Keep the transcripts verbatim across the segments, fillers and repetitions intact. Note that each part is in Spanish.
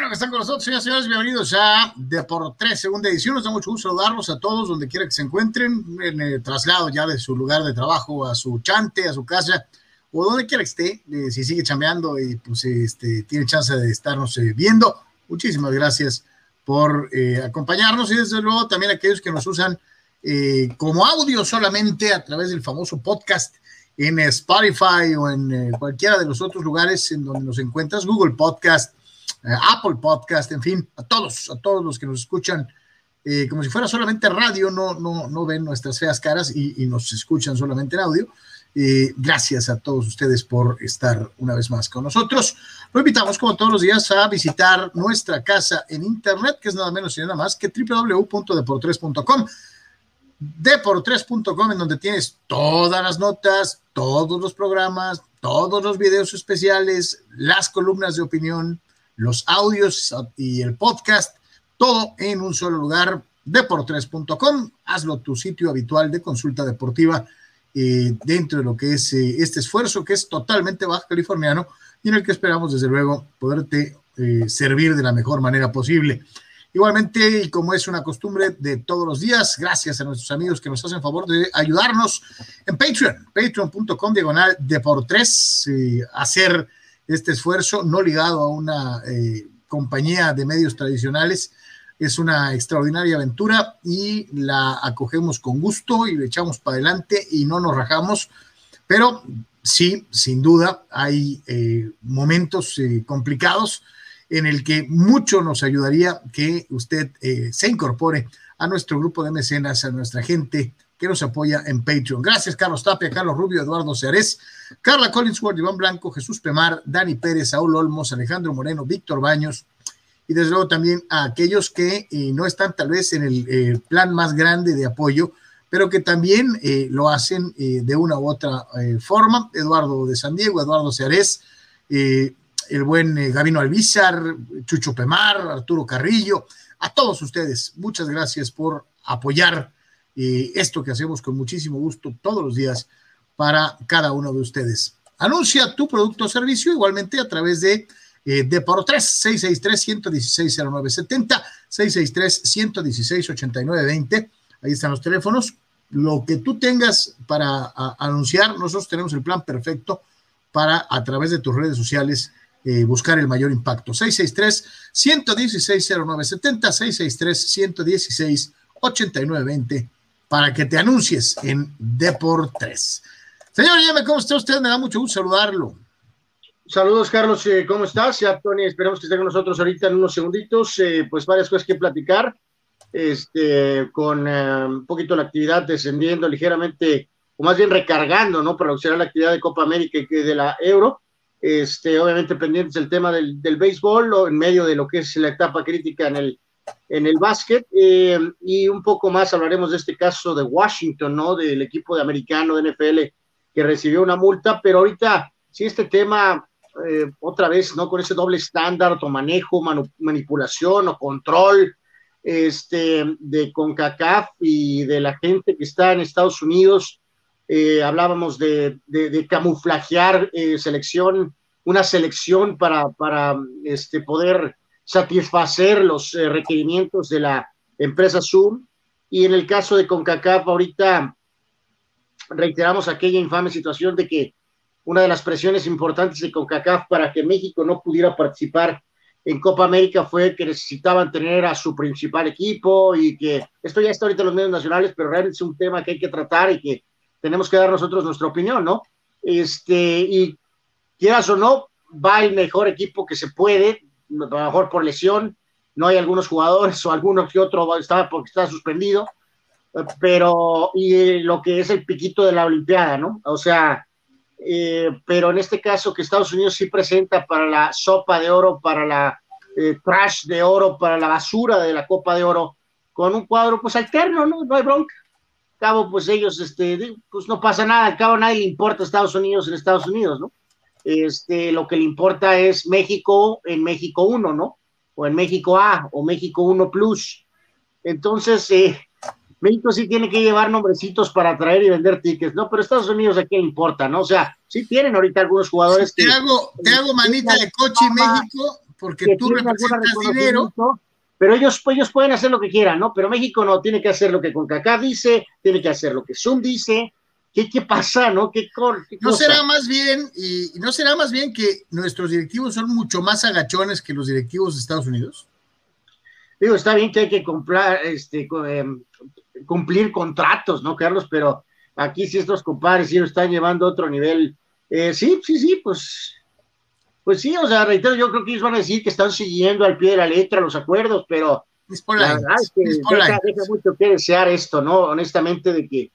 bueno que están con nosotros, señoras y señores. Bienvenidos a Deportes, segunda edición. Nos da mucho gusto saludarlos a todos donde quiera que se encuentren, en el traslado ya de su lugar de trabajo a su chante, a su casa, o donde quiera que esté. Eh, si sigue chambeando y pues este, tiene chance de estarnos eh, viendo, muchísimas gracias por eh, acompañarnos, y desde luego también a aquellos que nos usan eh, como audio solamente a través del famoso podcast en Spotify o en eh, cualquiera de los otros lugares en donde nos encuentras, Google Podcast, eh, Apple Podcast, en fin, a todos, a todos los que nos escuchan eh, como si fuera solamente radio, no, no, no ven nuestras feas caras y, y nos escuchan solamente en audio. Eh, gracias a todos ustedes por estar una vez más con nosotros. Lo invitamos como todos los días a visitar nuestra casa en internet, que es nada menos y nada más que doble u doble u doble u punto deportres punto com. Deportres punto com, en donde tienes todas las notas, todos los programas, todos los videos especiales, las columnas de opinión, los audios y el podcast, todo en un solo lugar, deportres punto com. Hazlo tu sitio habitual de consulta deportiva eh, dentro de lo que es eh, este esfuerzo que es totalmente baja californiano y en el que esperamos desde luego poderte eh, servir de la mejor manera posible. Igualmente, y como es una costumbre de todos los días, gracias a nuestros amigos que nos hacen favor de ayudarnos en Patreon, patreon punto com diagonal deportres, eh, hacer este esfuerzo no ligado a una eh, compañía de medios tradicionales. Es una extraordinaria aventura y la acogemos con gusto y le echamos para adelante y no nos rajamos, pero sí, sin duda, hay eh, momentos eh, complicados en el que mucho nos ayudaría que usted eh, se incorpore a nuestro grupo de mecenas, a nuestra gente que nos apoya en Patreon. Gracias, Carlos Tapia, Carlos Rubio, Eduardo Cearés, Carla Collinsworth, Iván Blanco, Jesús Pemar, Dani Pérez, Saúl Olmos, Alejandro Moreno, Víctor Baños, y desde luego también a aquellos que eh, no están tal vez en el eh, plan más grande de apoyo, pero que también eh, lo hacen eh, de una u otra eh, forma. Eduardo de San Diego, Eduardo Cearés, eh, el buen eh, Gabino Alvízar, Chucho Pemar, Arturo Carrillo, a todos ustedes, muchas gracias por apoyar eh, esto que hacemos con muchísimo gusto todos los días para cada uno de ustedes. Anuncia tu producto o servicio igualmente a través de eh, Deportes, seis seis tres, uno uno seis, cero nueve siete cero, seis seis tres, uno uno seis, ocho nueve dos cero, ahí están los teléfonos. Lo que tú tengas para a, anunciar, nosotros tenemos el plan perfecto para a través de tus redes sociales Eh, buscar el mayor impacto. seis seis tres, uno uno seis, cero nueve siete cero, seis seis tres, uno uno seis, ocho nueve dos cero para que te anuncies en Deportes. Señor Yeme, ¿cómo está usted? Me da mucho gusto saludarlo. Saludos, Carlos, ¿cómo estás? Ya, Tony, esperamos que esté con nosotros ahorita en unos segunditos. Eh, pues varias cosas que platicar, este, con eh, un poquito la actividad descendiendo ligeramente, o más bien recargando, ¿no? Para auxiliar la actividad de Copa América y de la Euro. Este, obviamente pendientes del tema del, del béisbol, o en medio de lo que es la etapa crítica en el, en el básquet, eh, y un poco más hablaremos de este caso de Washington, ¿no? Del equipo de americano de N F L que recibió una multa, pero ahorita sí este tema, eh, otra vez, ¿no? Con ese doble estándar o manejo, manu- manipulación o control este, de CONCACAF y de la gente que está en Estados Unidos. Eh, hablábamos de, de, de camuflajear eh, selección, una selección para, para este, poder satisfacer los eh, requerimientos de la empresa Zoom, y en el caso de CONCACAF ahorita reiteramos aquella infame situación de que una de las presiones importantes de CONCACAF para que México no pudiera participar en Copa América fue que necesitaban tener a su principal equipo, y que esto ya está ahorita en los medios nacionales, pero realmente es un tema que hay que tratar y que tenemos que dar nosotros nuestra opinión, ¿no? Este, y quieras o no, va el mejor equipo que se puede, a lo mejor por lesión, no hay algunos jugadores o alguno que otro estaba porque está suspendido, pero, y lo que es el piquito de la Olimpiada, ¿no? O sea, eh, pero en este caso que Estados Unidos sí presenta para la sopa de oro, para la eh, trash de oro, para la basura de la Copa de Oro, con un cuadro pues alterno, ¿no? No hay bronca. Cabo, pues ellos, este, pues no pasa nada, al cabo a nadie le importa Estados Unidos en Estados Unidos, ¿no? Este, lo que le importa es México en México uno, ¿no? O en México A, o México uno Plus. Entonces, eh, México sí tiene que llevar nombrecitos para traer y vender tickets, ¿no? Pero Estados Unidos, ¿a qué le importa, no? O sea, sí tienen ahorita algunos jugadores te que... Hago, te hago manita de coche, México, porque tú representas dinero. Pero ellos, pues, ellos pueden hacer lo que quieran, ¿no? Pero México no, tiene que hacer lo que CONCACAF dice, tiene que hacer lo que Zoom dice. ¿Qué, qué pasa, no? ¿Qué, qué no será más bien, y no será más bien que nuestros directivos son mucho más agachones que los directivos de Estados Unidos? Digo, está bien que hay que comprar, este, eh, cumplir contratos, ¿no, Carlos? Pero aquí sí estos compadres sí lo están llevando a otro nivel. Eh, sí, sí, sí, pues... Pues sí, o sea, reitero, yo creo que ellos van a decir que están siguiendo al pie de la letra los acuerdos, pero la verdad es que deja, deja mucho que desear esto, ¿no? Honestamente, de que...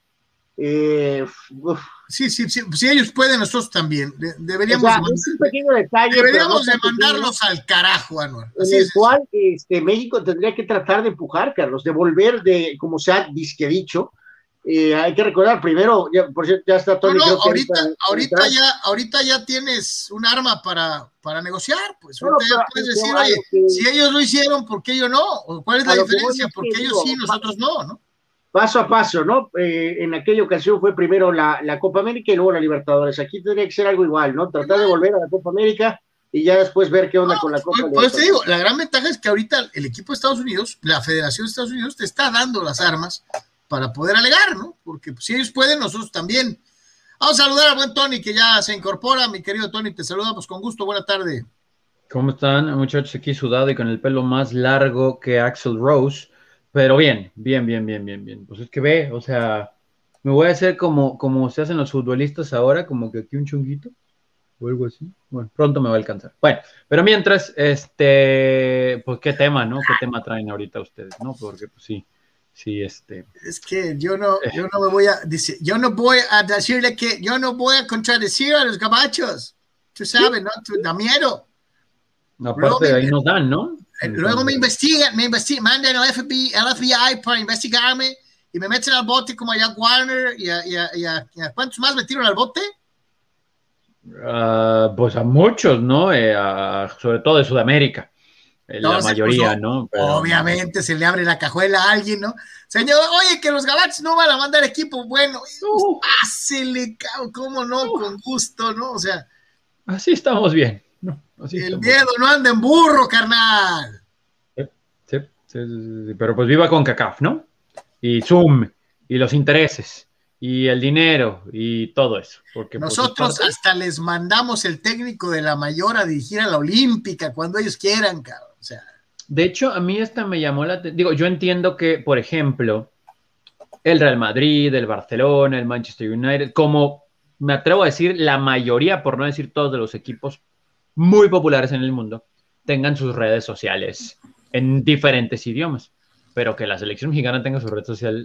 Eh, sí, sí, sí, si ellos pueden, nosotros también. De, deberíamos, o sea, de, es un pequeño detalle, deberíamos no de mandarlos pequeño, al carajo, Anuar. En el cual este, México tendría que tratar de empujar, Carlos, de volver de, como se ha disque dicho. Eh, hay que recordar primero, ya, por cierto, ya está Tony. No, no, creo que ahorita, ahorita, ahorita, ya, ahorita ya tienes un arma para, para negociar, pues no, ahorita pero, ya puedes decir, oye, que, si ellos lo hicieron, ¿por qué yo no? ¿O cuál es la diferencia? ¿Por qué ellos sí, nosotros no? ¿no? Paso a paso, ¿no? Eh, en aquella ocasión fue primero la, la Copa América y luego la Libertadores. Aquí tendría que ser algo igual, ¿no? Tratar de volver a la Copa América y ya después ver qué onda no, con la Copa América. Pues te digo, la gran ventaja es que ahorita el equipo de Estados Unidos, la Federación de Estados Unidos, te está dando las armas para poder alegar, ¿no? Porque pues, si ellos pueden, nosotros también. Vamos a saludar al buen Tony, que ya se incorpora. Mi querido Tony, te saludamos con gusto. Buena tarde. ¿Cómo están, muchachos? Aquí sudado y con el pelo más largo que Axl Rose. Pero bien, bien, bien, bien, bien, bien. Pues es que ve, o sea, me voy a hacer como, como se hacen los futbolistas ahora, como que aquí un chunguito o algo así. Bueno, pronto me va a alcanzar. Bueno, pero mientras, este, pues qué tema, ¿no? ¿Qué tema traen ahorita ustedes, no? Porque pues sí. Sí, este. Es que yo no, yo no me voy a decir, yo no voy a decirle que yo no voy a contradecir a los gabachos. Tú sabes, ¿sí? ¿No? Tú, da miedo. Aparte luego de ahí me, nos dan, ¿no? Luego me investigan, me investigan, mandan al F B I, al F B I para investigarme y me meten al bote como a Jack Warner y a, y a, y a, y a ¿cuántos más metieron al bote? Uh, pues a muchos, ¿no? Eh, a, sobre todo de Sudamérica. La Entonces, mayoría, pues, ¿no? Pero, obviamente no. Se le abre la cajuela a alguien, ¿no? Señor, oye, que los gabachos no van a mandar equipo bueno. Uh, Pásele, cómo no, uh, con gusto, ¿no? O sea. Así estamos bien. No, así el estamos miedo bien. no anda en burro, carnal. Sí, sí, sí, sí, sí, pero pues viva CONCACAF, ¿no? Y Zoom, y los intereses, y el dinero, y todo eso. Porque, nosotros pues, hasta les mandamos el técnico de la mayor a dirigir a la Olímpica cuando ellos quieran, cabrón. O sea, de hecho, a mí esta me llamó la atención. Digo, yo entiendo que, por ejemplo, el Real Madrid, el Barcelona, el Manchester United, como me atrevo a decir, la mayoría, por no decir todos de los equipos muy populares en el mundo, tengan sus redes sociales en diferentes idiomas. Pero que la selección mexicana tenga su red social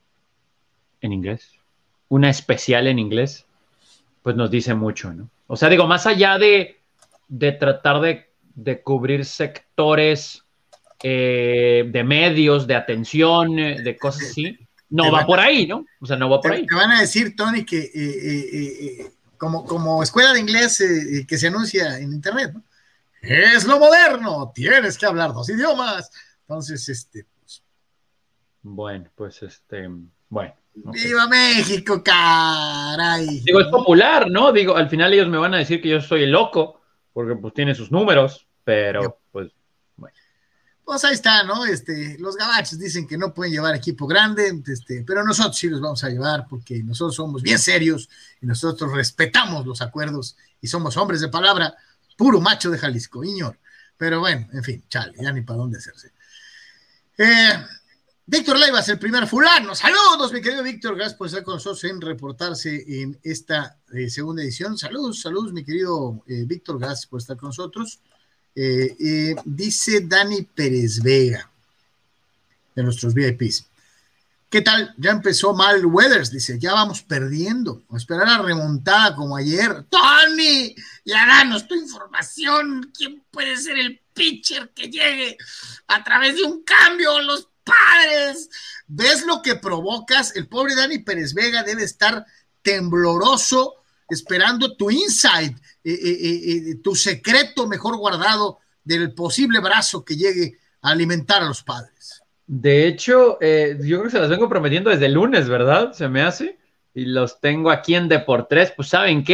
en inglés, una especial en inglés, pues nos dice mucho, ¿no? O sea, digo, más allá de, de tratar de de cubrir sectores eh, de medios, de atención, de cosas así, no va por ahí, ¿no? O sea, no va por ahí. Te van a decir, Tony, que eh, eh, eh, como, como escuela de inglés eh, que se anuncia en internet, ¿no? Es lo moderno, tienes que hablar dos idiomas. Entonces, este, pues. Bueno, pues este, bueno. Okay. ¡Viva México, caray! Digo, es popular, ¿no? Digo, al final ellos me van a decir que yo soy el loco, porque pues tiene sus números, pero pues bueno. Pues ahí está, ¿no? Este, los gabachos dicen que no pueden llevar equipo grande, este, pero nosotros sí los vamos a llevar porque nosotros somos bien serios y nosotros respetamos los acuerdos y somos hombres de palabra, puro macho de Jalisco, Iñor. Pero bueno, en fin, chale, ya ni para dónde hacerse. Eh, Víctor Leivas, el primer fulano. Saludos, mi querido Víctor, gracias por estar con nosotros en reportarse en esta eh, segunda edición. Saludos, saludos, mi querido eh, Víctor, gracias por estar con nosotros. Eh, eh, dice Dani Pérez Vega, de nuestros V I Ps. ¿Qué tal? Ya empezó mal Weathers, dice, ya vamos perdiendo. A esperar la remontada como ayer. ¡Tony! Ya danos tu información. ¿Quién puede ser el pitcher que llegue a través de un cambio a los padres? ¿Ves lo que provocas? El pobre Dani Pérez Vega debe estar tembloroso esperando tu insight, eh, eh, eh, tu secreto mejor guardado del posible brazo que llegue a alimentar a los padres. De hecho, eh, yo creo que se las vengo prometiendo desde el lunes, ¿verdad? Se me hace. Y los tengo aquí en Deportes. Pues, ¿saben qué?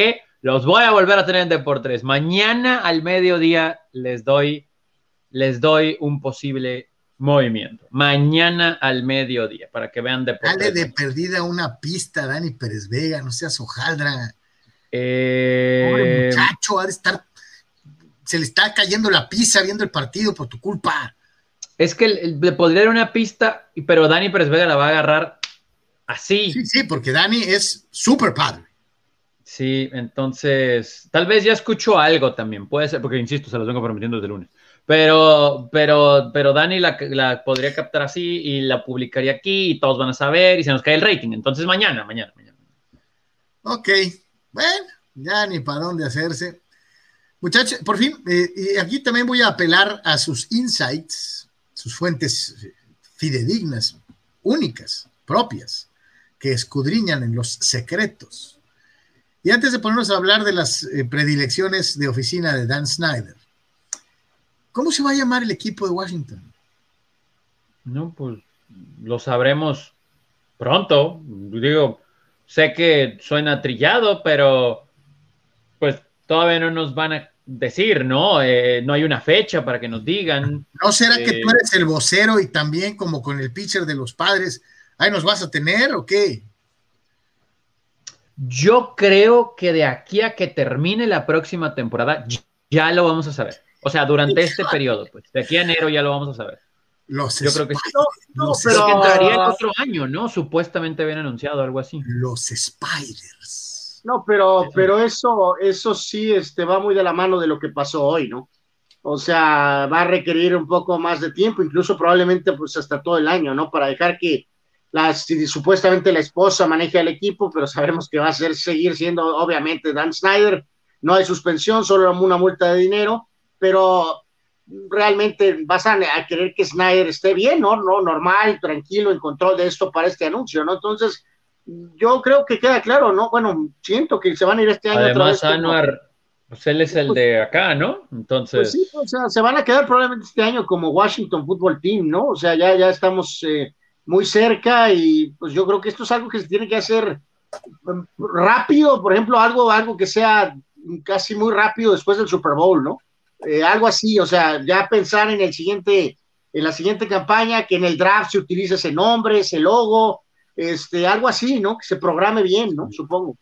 Los voy a volver a tener en Deportes. Mañana al mediodía les doy, les doy un posible movimiento. Mañana al mediodía, para que vean Deportes. Dale de perdida una pista, Dani Pérez Vega, no seas hojaldra. Eh... Pobre muchacho, ha de estar, se le está cayendo la pizza viendo el partido por tu culpa. Es que le podría dar una pista, pero Dani Pérez Vega la va a agarrar así. Sí, sí, porque Dani es súper padre. Sí, entonces, tal vez ya escucho algo también, puede ser, porque insisto, se los vengo prometiendo desde el lunes. Pero, pero, pero Dani la, la podría captar así y la publicaría aquí y todos van a saber y se nos cae el rating. Entonces, mañana, mañana, mañana. Ok, bueno, ya ni para dónde hacerse. Muchachos, por fin, eh, y aquí también voy a apelar a sus insights, sus fuentes fidedignas, únicas, propias, que escudriñan en los secretos. Y antes de ponernos a hablar de las eh, predilecciones de oficina de Dan Snyder, ¿cómo se va a llamar el equipo de Washington? No, pues lo sabremos pronto. Digo, sé que suena trillado, pero pues todavía no nos van a decir, ¿no? Eh, no hay una fecha para que nos digan. ¿No será eh, que tú eres el vocero y también como con el pitcher de los Padres, ahí nos vas a tener o qué? Yo creo que de aquí a que termine la próxima temporada ya lo vamos a saber. O sea, durante este periodo, pues, de aquí a enero ya lo vamos a saber. Los Yo creo que sí. No, los pero- Creo que entraría el otro año, ¿no? Supuestamente habían anunciado algo así. Los Spiders. No, pero, Sí. pero eso, eso sí este, va muy de la mano de lo que pasó hoy, ¿no? O sea, va a requerir un poco más de tiempo, incluso probablemente pues hasta todo el año, ¿no? Para dejar que las, si supuestamente la esposa maneje el equipo, pero sabemos que va a ser, seguir siendo obviamente Dan Snyder. No hay suspensión, solo una multa de dinero, pero realmente vas a, a querer que Snyder esté bien, ¿no? ¿no? Normal, tranquilo, en control de esto para este anuncio, ¿no? Entonces, yo creo que queda claro, ¿no? Bueno, siento que se van a ir este año otra Además, vez. como- Anuar, pues él es el de acá, ¿no? Entonces, Pues sí, o sea, se van a quedar probablemente este año como Washington Football Team, ¿no? O sea, ya, ya estamos eh, muy cerca y pues yo creo que esto es algo que se tiene que hacer um, rápido, por ejemplo, algo, algo que sea casi muy rápido después del Super Bowl, ¿no? Eh, algo así, o sea, ya pensar en el siguiente, en la siguiente campaña, que en el draft se utilice ese nombre, ese logo, este, algo así, ¿no? Que se programe bien, ¿no? Supongo.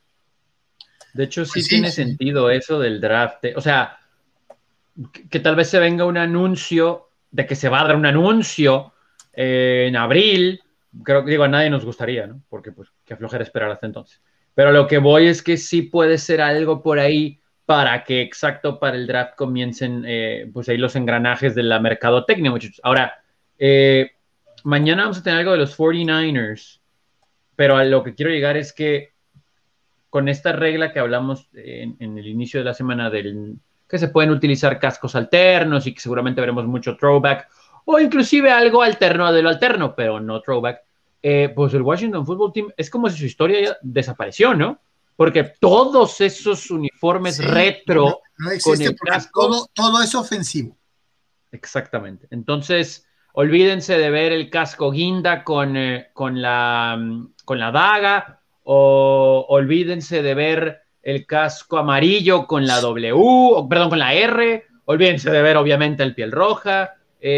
de hecho, sí, Pues sí, tiene sí. sentido eso del draft. O sea, que, que tal vez se venga un anuncio de que se va a dar un anuncio eh, en abril. Creo que digo, a nadie nos gustaría, ¿no? Porque pues qué flojera esperar hasta entonces. Pero lo que voy es que sí puede ser algo por ahí para que exacto para el draft comiencen eh, pues ahí los engranajes de la mercadotecnia, muchachos. Ahora, eh, mañana vamos a tener algo de los cuarenta y nueve ers, pero a lo que quiero llegar es que con esta regla que hablamos en, en el inicio de la semana del que se pueden utilizar cascos alternos y que seguramente veremos mucho throwback o inclusive algo alterno de lo alterno, pero no throwback, eh, pues el Washington Football Team es como si su historia ya desapareció, ¿no? Porque todos esos uniformes Sí, retro no, no existe con el porque casco, todo, todo es ofensivo. exactamente. Entonces, olvídense de ver el casco guinda con, eh, con, la, con la daga, o olvídense de ver el casco amarillo con la W, o, perdón, con la R, olvídense de ver obviamente el piel roja.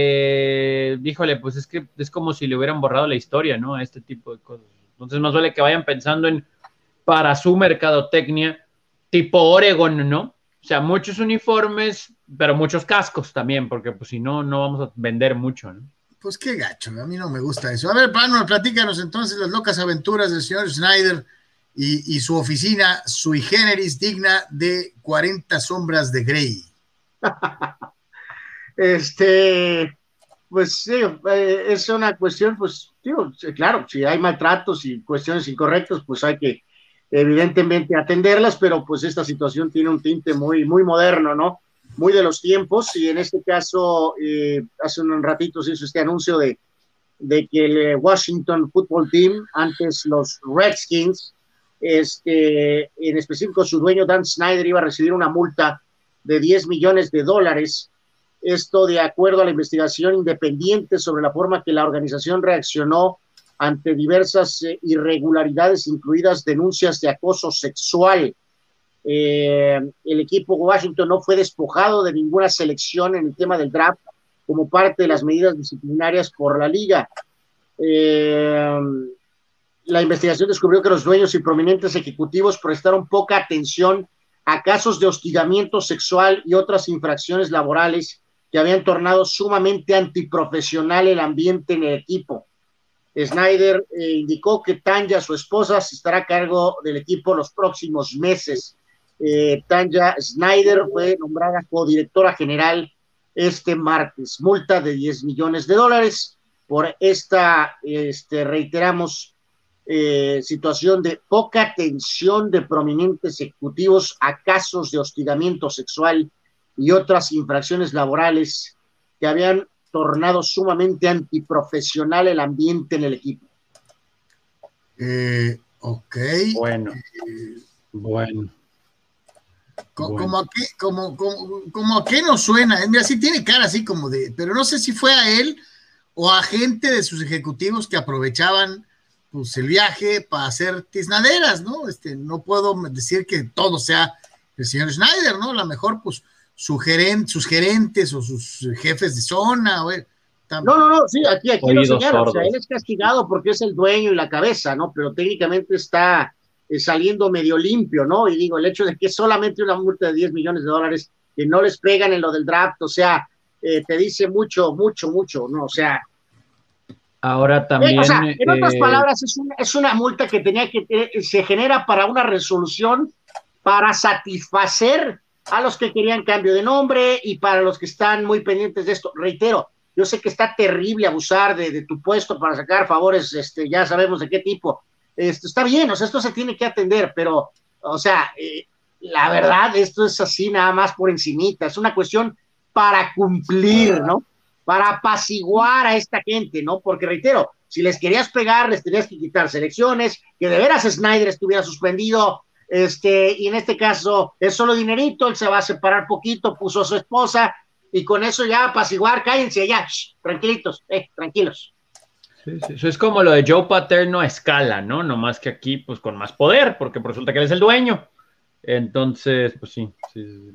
Eh, híjole, pues es que es como si le hubieran borrado la historia, ¿no? A este tipo de cosas. Entonces, más vale que vayan pensando en para su mercadotecnia tipo Oregon, ¿no? O sea, muchos uniformes, pero muchos cascos también, porque pues si no, no vamos a vender mucho, ¿no? Pues qué gacho, a mí no me gusta eso. A ver, Pano, platícanos entonces las locas aventuras del señor Snyder y, y su oficina sui generis digna de cuarenta sombras de Grey. Este, pues sí, eh, es una cuestión, pues, digo, sí, claro, si hay maltratos y cuestiones incorrectas, pues hay que evidentemente atenderlas, pero pues esta situación tiene un tinte muy, muy moderno, ¿no? Muy de los tiempos, y en este caso, eh, hace un ratito se hizo este anuncio de, de que el Washington Football Team, antes los Redskins, este, en específico su dueño Dan Snyder iba a recibir una multa de diez millones de dólares. Esto de acuerdo a la investigación independiente sobre la forma que la organización reaccionó ante diversas eh, irregularidades, incluidas denuncias de acoso sexual. Eh, el equipo Washington no fue despojado de ninguna selección en el tema del draft como parte de las medidas disciplinarias por la liga. Eh, la investigación descubrió que los dueños y prominentes ejecutivos prestaron poca atención a casos de hostigamiento sexual y otras infracciones laborales que habían tornado sumamente antiprofesional el ambiente en el equipo. Snyder eh, indicó que Tanya, su esposa, estará a cargo del equipo los próximos meses. Eh, Tanya Snyder fue nombrada codirectora general este martes. Multa de diez millones de dólares por esta, este, reiteramos, eh, situación de poca atención de prominentes ejecutivos a casos de hostigamiento sexual y otras infracciones laborales que habían tornado sumamente antiprofesional el ambiente en el equipo. Eh, ok. Bueno, eh, bueno. Co- Bueno. Como, a qué, como, como, como a qué nos suena. Mira, sí tiene cara así como de, pero no sé si fue a él o a gente de sus ejecutivos que aprovechaban pues el viaje para hacer tiznaderas, ¿no? Este, no puedo decir que todo sea el señor Schneider, ¿no? A lo mejor pues su gerente, sus gerentes o sus jefes de zona, güey. No, no, no, sí, aquí, aquí lo Oídos señala, o sea, sordos. él es castigado porque es el dueño y la cabeza, ¿no? Pero técnicamente está eh, saliendo medio limpio, ¿no? Y digo, el hecho de que solamente una multa de diez millones de dólares que no les pegan en lo del draft, o sea, eh, te dice mucho, mucho, mucho, ¿no? O sea, Ahora eh, también. o sea, en otras eh, palabras, es una, es una multa que tenía que, eh, se genera para una resolución para satisfacer a los que querían cambio de nombre y para los que están muy pendientes de esto. Reitero, yo sé que está terrible abusar de, de tu puesto para sacar favores, este, ya sabemos de qué tipo. Esto está bien, o sea, esto se tiene que atender, pero, o sea, eh, la verdad, esto es así nada más por encimita, es una cuestión para cumplir, ¿no? Para apaciguar a esta gente, ¿no? Porque reitero, si les querías pegar, les tenías que quitar selecciones, que de veras Snyder estuviera suspendido, este, y en este caso es solo dinerito, él se va a separar poquito, puso a su esposa, y con eso ya apaciguar, cállense ya, shh, tranquilitos, eh, tranquilos. Sí, sí, eso es como lo de Joe Paterno a escala, ¿no? No más que aquí, pues con más poder, porque resulta que él es el dueño. Entonces, pues sí, sí, sí.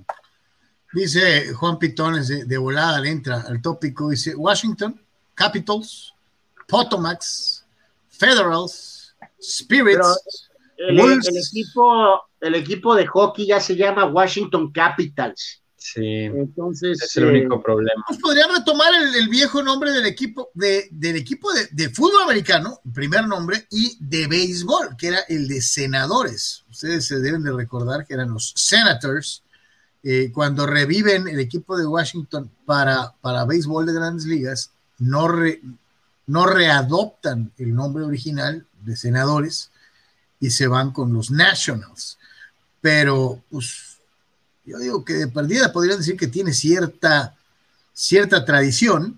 Dice Juan Pitones de, de volada, le entra al tópico, dice Washington, Capitals, Potomacs, Federals, Spirits, el, Wolves. el, equipo, el equipo de hockey ya se llama Washington Capitals. Sí, entonces es el eh, único problema. Pues podrían retomar el, el viejo nombre del equipo de, del equipo de, de fútbol americano, primer nombre, y de béisbol, que era el de Senadores. Ustedes se deben de recordar que eran los Senators. Eh, cuando reviven el equipo de Washington para, para béisbol de Grandes Ligas, no, re, no readoptan el nombre original de Senadores y se van con los Nationals. Pero, pues, yo digo que de perdida podrían decir que tiene cierta, cierta tradición,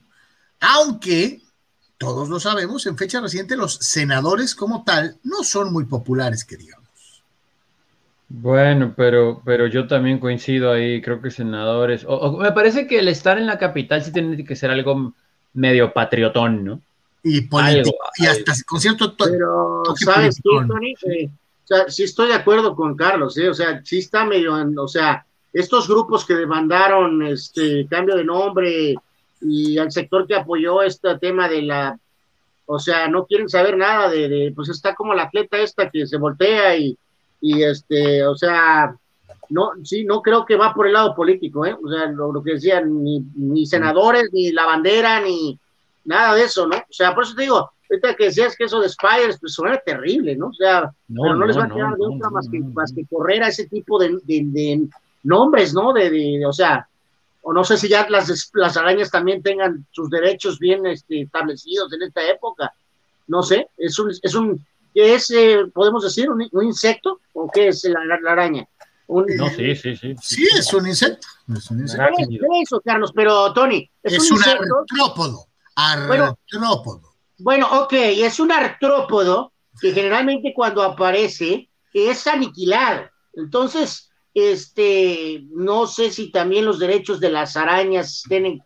aunque todos lo sabemos, en fecha reciente los senadores como tal no son muy populares, que digamos. Bueno, pero, pero yo también coincido ahí, creo que senadores, o, o me parece que el estar en la capital sí tiene que ser algo medio patriotón, ¿no? Y político, Algo, y hasta con cierto to pero toque ¿sabes qué, politicón. Tony? Eh, o sea, sí estoy de acuerdo con Carlos, ¿eh? O sea, sí está medio, o sea, estos grupos que demandaron este cambio de nombre y al sector que apoyó este tema de la, o sea, no quieren saber nada de, de pues está como la atleta esta que se voltea y, y este, o sea, no, sí, no creo que va por el lado político, ¿eh? O sea, lo, lo que decían, ni, ni senadores, ni la bandera, ni nada de eso, ¿no? O sea, por eso te digo, ahorita que decías que eso de Spiders, pues suena terrible, ¿no? O sea, No, pero no, no, les va a no, quedar de no, otra no, más, que, no, más no. que correr a ese tipo de, de, de nombres, ¿no? De, de, o sea, o no sé si ya las, las arañas también tengan sus derechos bien este, establecidos en esta época. No sé, es un, es un ¿qué es, eh, podemos decir, un, un insecto? ¿O qué es la, la, la araña? Un, No, sí, sí, sí. Sí, es un insecto. Es un insecto. Eso, eso, Carlos, pero Tony, es, Es un, un insecto. artrópodo. Bueno, Artrópodo. Bueno, ok, es un artrópodo que generalmente cuando aparece es aniquilado. Entonces, este, no sé si también los derechos de las arañas tienen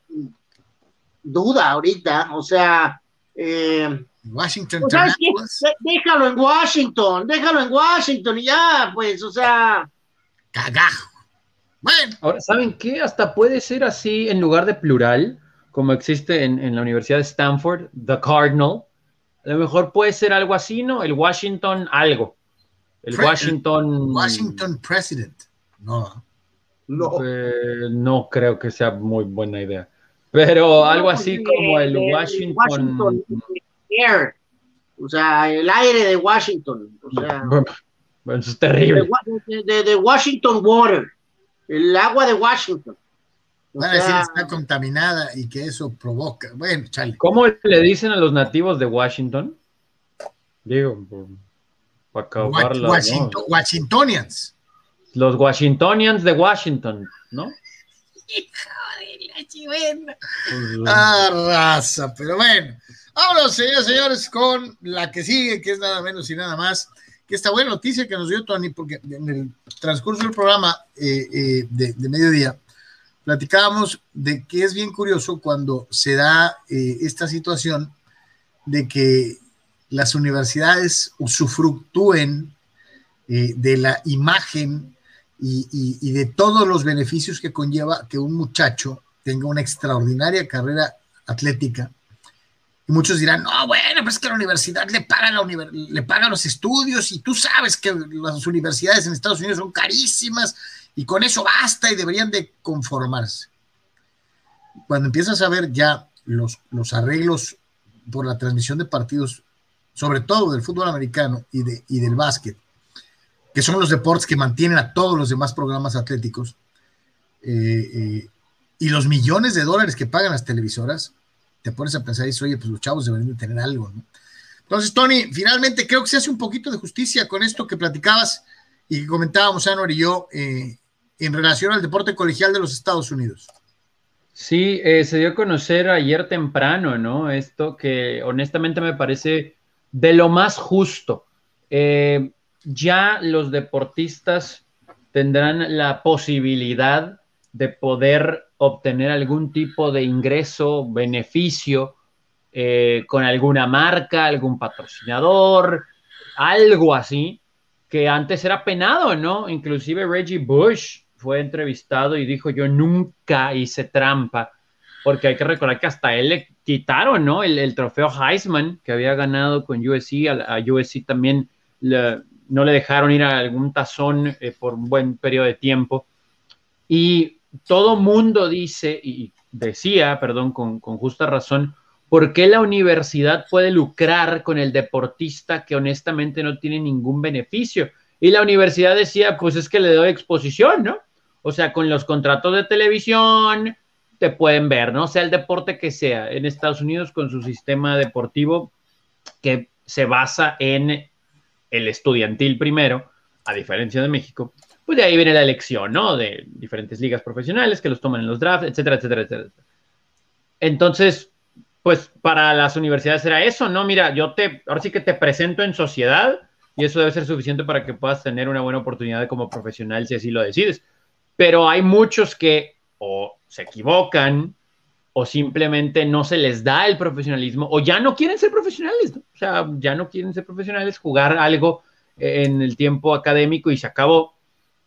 duda ahorita, o sea, eh, Washington pues, ¿sabes qué? Ternáculas. Déjalo en Washington, déjalo en Washington y ya, pues, o sea, Cagajo. Bueno. Ahora, ¿saben qué? Hasta puede ser así en lugar de plural, como existe en, en la Universidad de Stanford, The Cardinal. A lo mejor puede ser algo así, ¿no? El Washington algo. El Pre Washington... El Washington President. No. No. Eh, no creo que sea muy buena idea. Pero no, algo así de, como el de, Washington... Washington Air. O sea, el aire de Washington. O sea, bueno, eso es terrible. De, de, de Washington Water. El agua de Washington. O Van sea, a decir que está contaminada y que eso provoca. Bueno, chale. ¿Cómo le dicen a los nativos de Washington? Digo, para acabarla, Washington, ¿no? Washingtonians. Los Washingtonians de Washington, ¿no? Hijo de la chivena. Pues, ah, raza, pero bueno. Vámonos, señores, señores, con la que sigue, que es nada menos y nada más que esta buena noticia que nos dio Tony, porque en el transcurso del programa eh, eh, de, de mediodía platicábamos de que es bien curioso cuando se da eh, esta situación de que las universidades usufructúen eh, de la imagen y, y, y de todos los beneficios que conlleva que un muchacho tenga una extraordinaria carrera atlética. Y muchos dirán, no, bueno, pero es que la universidad le paga, la univers le paga los estudios y tú sabes que las universidades en Estados Unidos son carísimas y con eso basta y deberían de conformarse. Cuando empiezas a ver ya los, los arreglos por la transmisión de partidos, sobre todo del fútbol americano y, de, y del básquet, que son los deportes que mantienen a todos los demás programas atléticos, eh, eh, y los millones de dólares que pagan las televisoras, te pones a pensar y dices, oye, pues los chavos deberían de tener algo, ¿no? Entonces, Tony, finalmente creo que se hace un poquito de justicia con esto que platicabas y que comentábamos Anwar y yo eh, en relación al deporte colegial de los Estados Unidos. Sí, eh, se dio a conocer ayer temprano, ¿no? Esto que honestamente me parece de lo más justo. Eh, ya los deportistas tendrán la posibilidad de poder obtener algún tipo de ingreso, beneficio, eh, con alguna marca, algún patrocinador, algo así, que antes era penado, ¿no? Inclusive Reggie Bush fue entrevistado y dijo, yo nunca hice trampa, porque hay que recordar que hasta él le quitaron, ¿no? El, el trofeo Heisman que había ganado con U S C, a, a U S C también le, no le dejaron ir a algún tazón eh, por un buen periodo de tiempo, y todo mundo dice, y decía, perdón, con, con justa razón, ¿por qué la universidad puede lucrar con el deportista que honestamente no tiene ningún beneficio? Y la universidad decía, pues es que le doy exposición, ¿no? O sea, con los contratos de televisión te pueden ver, ¿no? Sea el deporte que sea. En Estados Unidos, con su sistema deportivo que se basa en el estudiantil primero, a diferencia de México, pues de ahí viene la elección, ¿no? De diferentes ligas profesionales que los toman en los drafts, etcétera, etcétera, etcétera. Entonces, pues para las universidades era eso, ¿no? Mira, yo te, ahora sí que te presento en sociedad y eso debe ser suficiente para que puedas tener una buena oportunidad como profesional si así lo decides. Pero hay muchos que o se equivocan o simplemente no se les da el profesionalismo o ya no quieren ser profesionales, ¿no? O sea, ya no quieren ser profesionales, jugar algo en el tiempo académico y se acabó.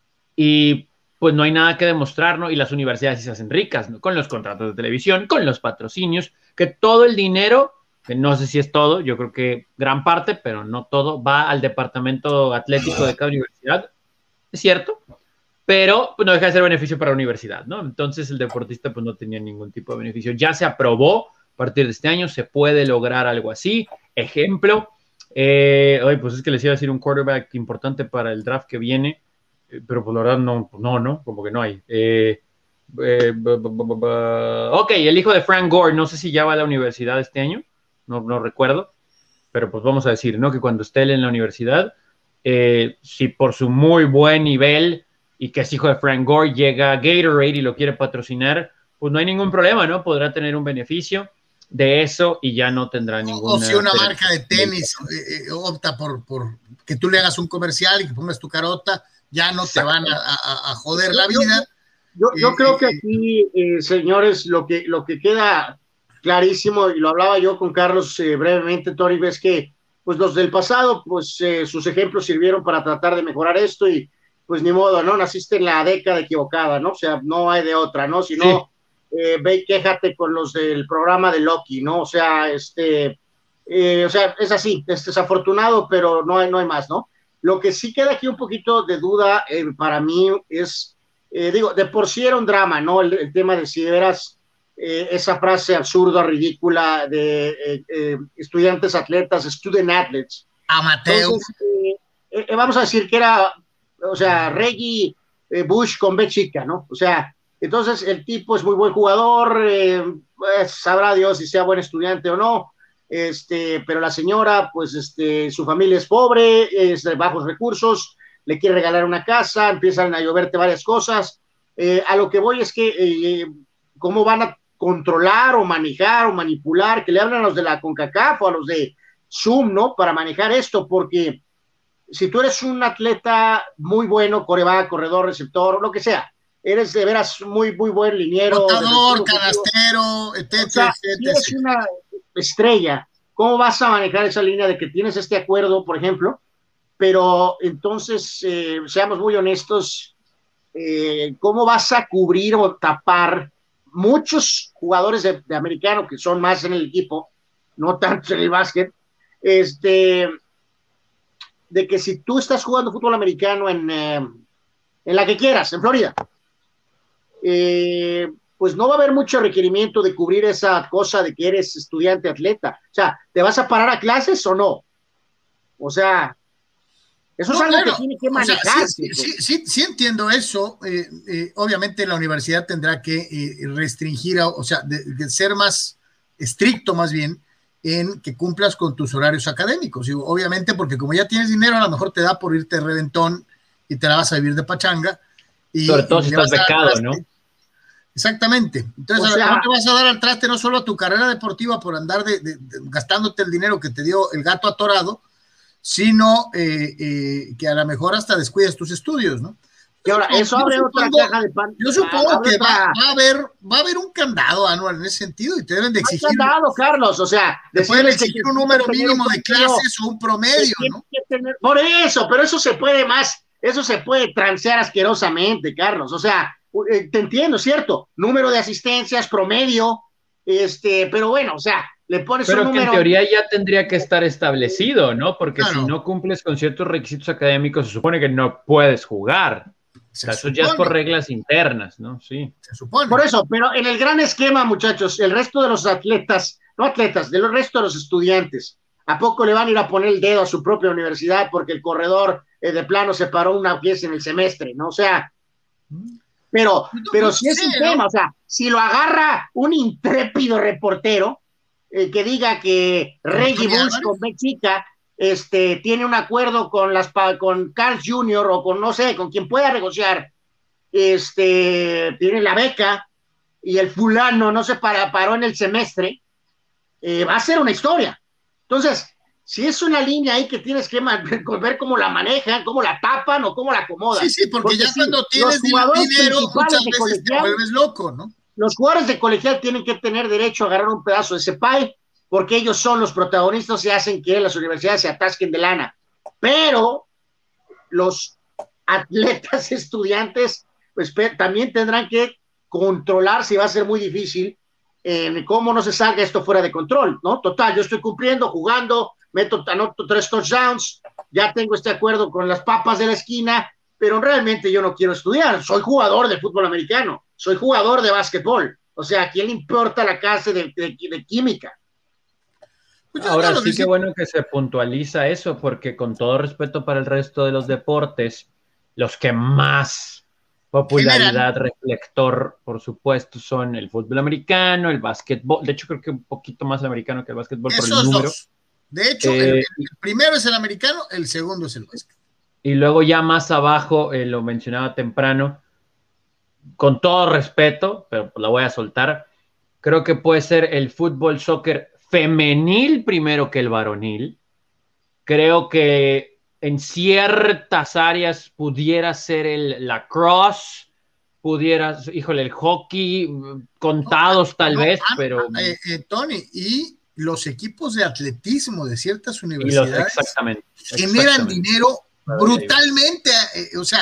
Y pues no hay nada que demostrar, ¿no? Y las universidades se hacen ricas, ¿no? Con los contratos de televisión, con los patrocinios, que todo el dinero, que no sé si es todo, yo creo que gran parte, pero no todo, va al departamento atlético de cada universidad, es cierto, pero pues, no deja de ser beneficio para la universidad, ¿no? Entonces el deportista pues no tenía ningún tipo de beneficio. Ya se aprobó, a partir de este año se puede lograr algo así. Ejemplo, eh, oye, pues es que les iba a decir un quarterback importante para el draft que viene, pero por la verdad no, no, no, como que no hay. Eh, eh, b, b, b, b, ok, el hijo de Frank Gore, no sé si ya va a la universidad este año, no, no recuerdo, pero pues vamos a decir, ¿no? Que cuando esté él en la universidad, eh, si por su muy buen nivel y que es hijo de Frank Gore llega a Gatorade y lo quiere patrocinar, pues no hay ningún problema, ¿no? Podrá tener un beneficio de eso y ya no tendrá ningún. O si una marca de tenis eh, opta por, por que tú le hagas un comercial y que pongas tu carota, ya no te van a, a, a joder la vida. Yo, yo, yo eh, creo que aquí, eh, señores, lo que, lo que queda clarísimo, y lo hablaba yo con Carlos eh, brevemente, Tori, ves que pues los del pasado, pues eh, sus ejemplos sirvieron para tratar de mejorar esto, y pues ni modo, ¿no? Naciste en la década equivocada, ¿no? O sea, no hay de otra, ¿no? Si no, sí. eh, ve y quéjate con los del programa de Loki, ¿no? O sea, este, eh, o sea, es así, es desafortunado, pero no hay, no hay más, ¿no? Lo que sí queda aquí un poquito de duda eh, para mí es, eh, digo, de por sí era un drama, ¿no? El, el tema de si eras eh, esa frase absurda, ridícula de eh, eh, estudiantes atletas, student athletes. Amateur. Entonces, eh, eh, vamos a decir que era, o sea, Reggie eh, Bush con B chica, ¿no? O sea, entonces el tipo es muy buen jugador, eh, pues, sabrá Dios si sea buen estudiante o no, este, pero la señora, pues, este, su familia es pobre, es de bajos recursos, le quiere regalar una casa, empiezan a lloverte varias cosas. Eh, a lo que voy es que, eh, ¿cómo van a controlar o manejar o manipular? Que le hablan a los de la CONCACAF o a los de Zoom, ¿no? Para manejar esto, porque si tú eres un atleta muy bueno, coreback, corredor, receptor, lo que sea, eres de veras muy, muy buen liniero. Botador, canastero, etcétera, o sea, etcétera. Si eres una estrella, ¿cómo vas a manejar esa línea de que tienes este acuerdo, por ejemplo? Pero entonces, eh, seamos muy honestos, eh, ¿cómo vas a cubrir o tapar muchos jugadores de, de americano que son más en el equipo, no tanto en el básquet, este, de que si tú estás jugando fútbol americano en, eh, en la que quieras, en Florida, eh, pues no va a haber mucho requerimiento de cubrir esa cosa de que eres estudiante atleta. O sea, ¿te vas a parar a clases o no? O sea, eso no, es algo claro, que tiene que manejarse. O sea, sí, sí, sí, sí entiendo eso. Eh, eh, obviamente la universidad tendrá que eh, restringir, o sea, de, de ser más estricto más bien en que cumplas con tus horarios académicos. Y obviamente porque como ya tienes dinero, a lo mejor te da por irte de reventón y te la vas a vivir de pachanga. Y, Sobre todo y si estás becado, ¿no? Exactamente. Entonces, o sea, no te vas a dar al traste no solo a tu carrera deportiva por andar de, de, de, gastándote el dinero que te dio el gato atorado, sino eh, eh, que a lo mejor hasta descuidas tus estudios, ¿no? Y ahora, eso yo abre supongo, otra caja de pan. Yo supongo ah, que otra... va, va, a haber, va a haber un candado anual en ese sentido y te deben de exigir. Hay candado, Carlos, o sea, te pueden exigir un número mínimo un de clases o un promedio, ¿no? Tener, por eso, pero eso se puede más, eso se puede transear asquerosamente, Carlos, o sea, te entiendo, ¿cierto? Número de asistencias, promedio, este, pero bueno, o sea, le pones pero un número. Pero que en teoría ya tendría que estar establecido, ¿no? Porque claro, si no cumples con ciertos requisitos académicos, se supone que no puedes jugar. O sea, eso ya es por reglas internas, ¿no? Sí. Se supone. Por eso, pero en el gran esquema, muchachos, el resto de los atletas, no atletas, del resto de los estudiantes, ¿a poco le van a ir a poner el dedo a su propia universidad porque el corredor eh, de plano se paró una pieza en el semestre, ¿no? O sea, pero, pero si es un tema, o sea, si lo agarra un intrépido reportero eh, que diga que Reggie Bush con Mexica este, tiene un acuerdo con las con Carl junior o con, no sé, con quien pueda negociar, este, tiene la beca y el fulano no se para, paró en el semestre, eh, va a ser una historia. Entonces, si es una línea ahí que tienes que ver cómo la manejan, cómo la tapan o cómo la acomodan. Sí, sí, porque, porque ya sí, cuando tienes dinero, muchas veces colegial, te vuelves loco, ¿no? Los jugadores de colegial tienen que tener derecho a agarrar un pedazo de ese pie, porque ellos son los protagonistas y hacen que las universidades se atasquen de lana. Pero los atletas estudiantes, pues también tendrán que controlar, si va a ser muy difícil, en cómo no se salga esto fuera de control, ¿no? Total, yo estoy cumpliendo, jugando, meto, anoto tres touchdowns, ya tengo este acuerdo con las papas de la esquina, pero realmente yo no quiero estudiar, soy jugador de fútbol americano, soy jugador de básquetbol, o sea, ¿a quién le importa la clase de, de, de química? Pues ahora sí que bueno que se puntualiza eso, porque con todo respeto para el resto de los deportes, los que más popularidad reflector, por supuesto, son el fútbol americano, el básquetbol, de hecho creo que un poquito más americano que el básquetbol por el número. Dos. De hecho, eh, el, el primero es el americano, el segundo es el básquet. Y luego ya más abajo, eh, lo mencionaba temprano, con todo respeto, pero la voy a soltar, creo que puede ser el fútbol, soccer femenil primero que el varonil. Creo que en ciertas áreas pudiera ser el lacrosse, pudiera, híjole, el hockey, contados tal no, vez, no, pero... Eh, eh, Tony, y los equipos de atletismo de ciertas universidades los, exactamente, generan exactamente. dinero brutalmente, eh, o sea,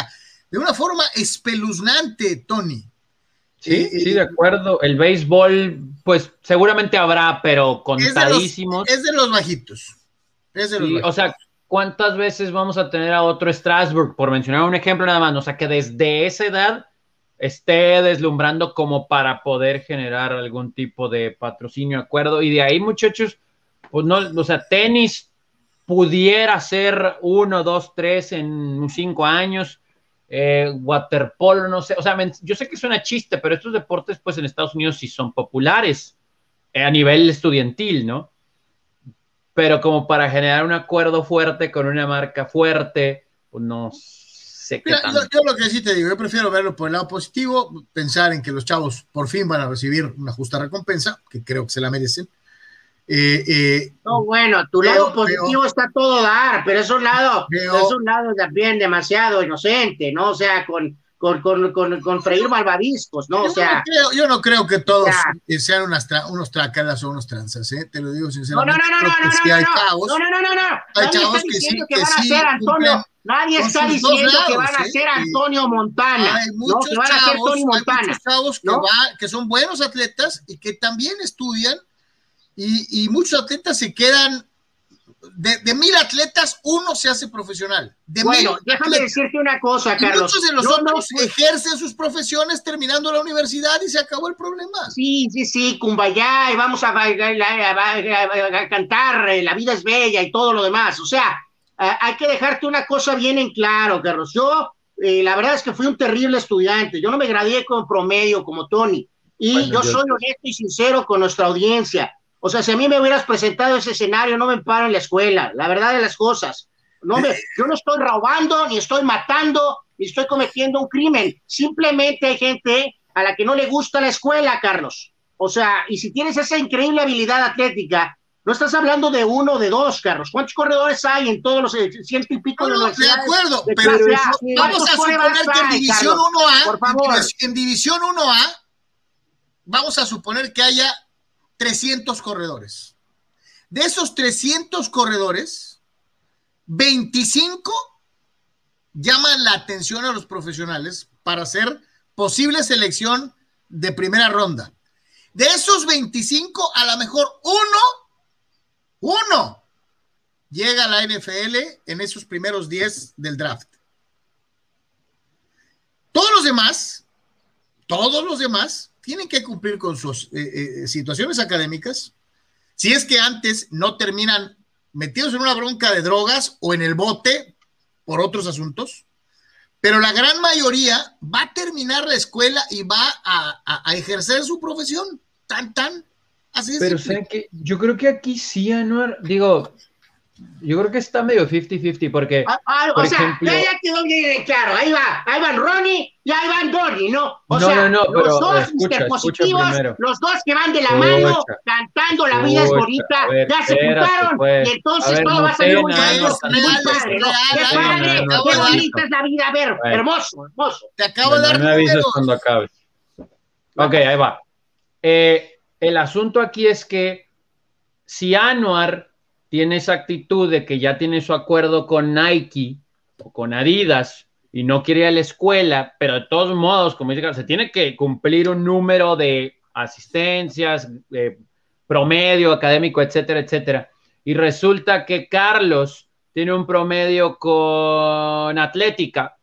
de una forma espeluznante, Tony. Sí, eh, sí, de acuerdo. El béisbol, pues seguramente habrá, pero contadísimos. Es de los, es de los bajitos. Es de sí, los bajitos. O sea, ¿cuántas veces vamos a tener a otro Strasburg? Por mencionar un ejemplo nada más. O sea, que desde esa edad esté deslumbrando como para poder generar algún tipo de patrocinio, acuerdo. Y de ahí, muchachos, pues no, o sea, tenis pudiera ser uno, dos, tres en cinco años. Eh, waterpolo, no sé, o sea, yo sé que suena chiste, pero estos deportes, pues en Estados Unidos sí son populares eh, a nivel estudiantil, ¿no? Pero como para generar un acuerdo fuerte con una marca fuerte, pues no sé qué Mira, tanto. yo, yo lo que sí te digo, yo prefiero verlo por el lado positivo, pensar en que los chavos por fin van a recibir una justa recompensa, que creo que se la merecen. Eh, eh, no, bueno, tu veo, lado positivo veo, está todo dar, pero es un lado, veo, es un lado también demasiado inocente, ¿no? O sea, con, con, con, con, con freír malvaviscos, ¿no? O yo, sea, no creo, yo no creo que todos ya. sean unas tra unos tracalas o unos tranzas, ¿eh? Te lo digo sinceramente. No, no, no, no, no, sí no, hay no, chavos, no, no, no, no, no. hay Nadie chavos está que diciendo sí, que, que van sí a ser Antonio, nadie está diciendo lados, que van a ¿eh? ser Antonio Montana, hay muchos ¿no? Que van chavos, a ser Tony Montana. Hay muchos chavos que, ¿no? va, que son buenos atletas y que también estudian. Y, y muchos atletas se quedan, de, de mil atletas, uno se hace profesional. De bueno, mil déjame atletas. decirte una cosa, y Carlos. Muchos de los Yo otros no... ejercen sus profesiones terminando la universidad y se acabó el problema. Sí, sí, sí, Kumbaya, y vamos a, a, a, a cantar, La vida es bella y todo lo demás. O sea, hay que dejarte una cosa bien en claro, Carlos. Yo, eh, la verdad es que fui un terrible estudiante. Yo no me gradué con promedio como Tony. Y bueno, yo, yo soy honesto y sincero con nuestra audiencia. O sea, si a mí me hubieras presentado ese escenario, no me paro en la escuela, la verdad de las cosas. No me, yo no estoy robando, ni estoy matando, ni estoy cometiendo un crimen. Simplemente hay gente a la que no le gusta la escuela, Carlos. O sea, y si tienes esa increíble habilidad atlética, no estás hablando de uno o de dos, Carlos. ¿Cuántos corredores hay en todos los ciento y pico no, de no, universidades? De acuerdo, de pero eso, vamos a suponer que en División hay, uno A, por favor. en División uno A, vamos a suponer que haya trescientos corredores. De esos trescientos corredores, veinticinco llaman la atención a los profesionales para hacer posible selección de primera ronda. De esos veinticinco, a lo mejor uno, uno, llega a la N F L en esos primeros diez del draft. Todos los demás, todos los demás, tienen que cumplir con sus eh, eh, situaciones académicas, si es que antes no terminan metidos en una bronca de drogas o en el bote por otros asuntos, pero la gran mayoría va a terminar la escuela y va a, a, a ejercer su profesión, tan, tan, así es. Pero sé que yo creo que aquí sí, Anuar, digo, yo creo que está medio cincuenta cincuenta porque, ah, ah, por o sea, ejemplo... ya, ya quedó bien claro, ahí va, ahí van Ronnie y ahí van Donnie, ¿no? O no, sea, no, no, los pero dos escucha, positivos, escucha los dos que van de la escucha, mano, cantando La vida es bonita, ver, ya se espérate, juntaron, pues. y entonces ver, todo va a salir muy bueno, bonito, es muy real, padre, es ¿no? real, Qué es padre, real, qué es bonita es la vida, a ver, bueno. hermoso, hermoso. Te acabo bueno, de dar me avisas números. cuando acabes. Ok, ahí va. Eh, el asunto aquí es que si Anuar tiene esa actitud de que ya tiene su acuerdo con Nike o con Adidas y no quiere ir a la escuela, pero de todos modos, como dice Carlos, se tiene que cumplir un número de asistencias, eh, promedio académico, etcétera, etcétera. Y resulta que Carlos tiene un promedio con Atlética,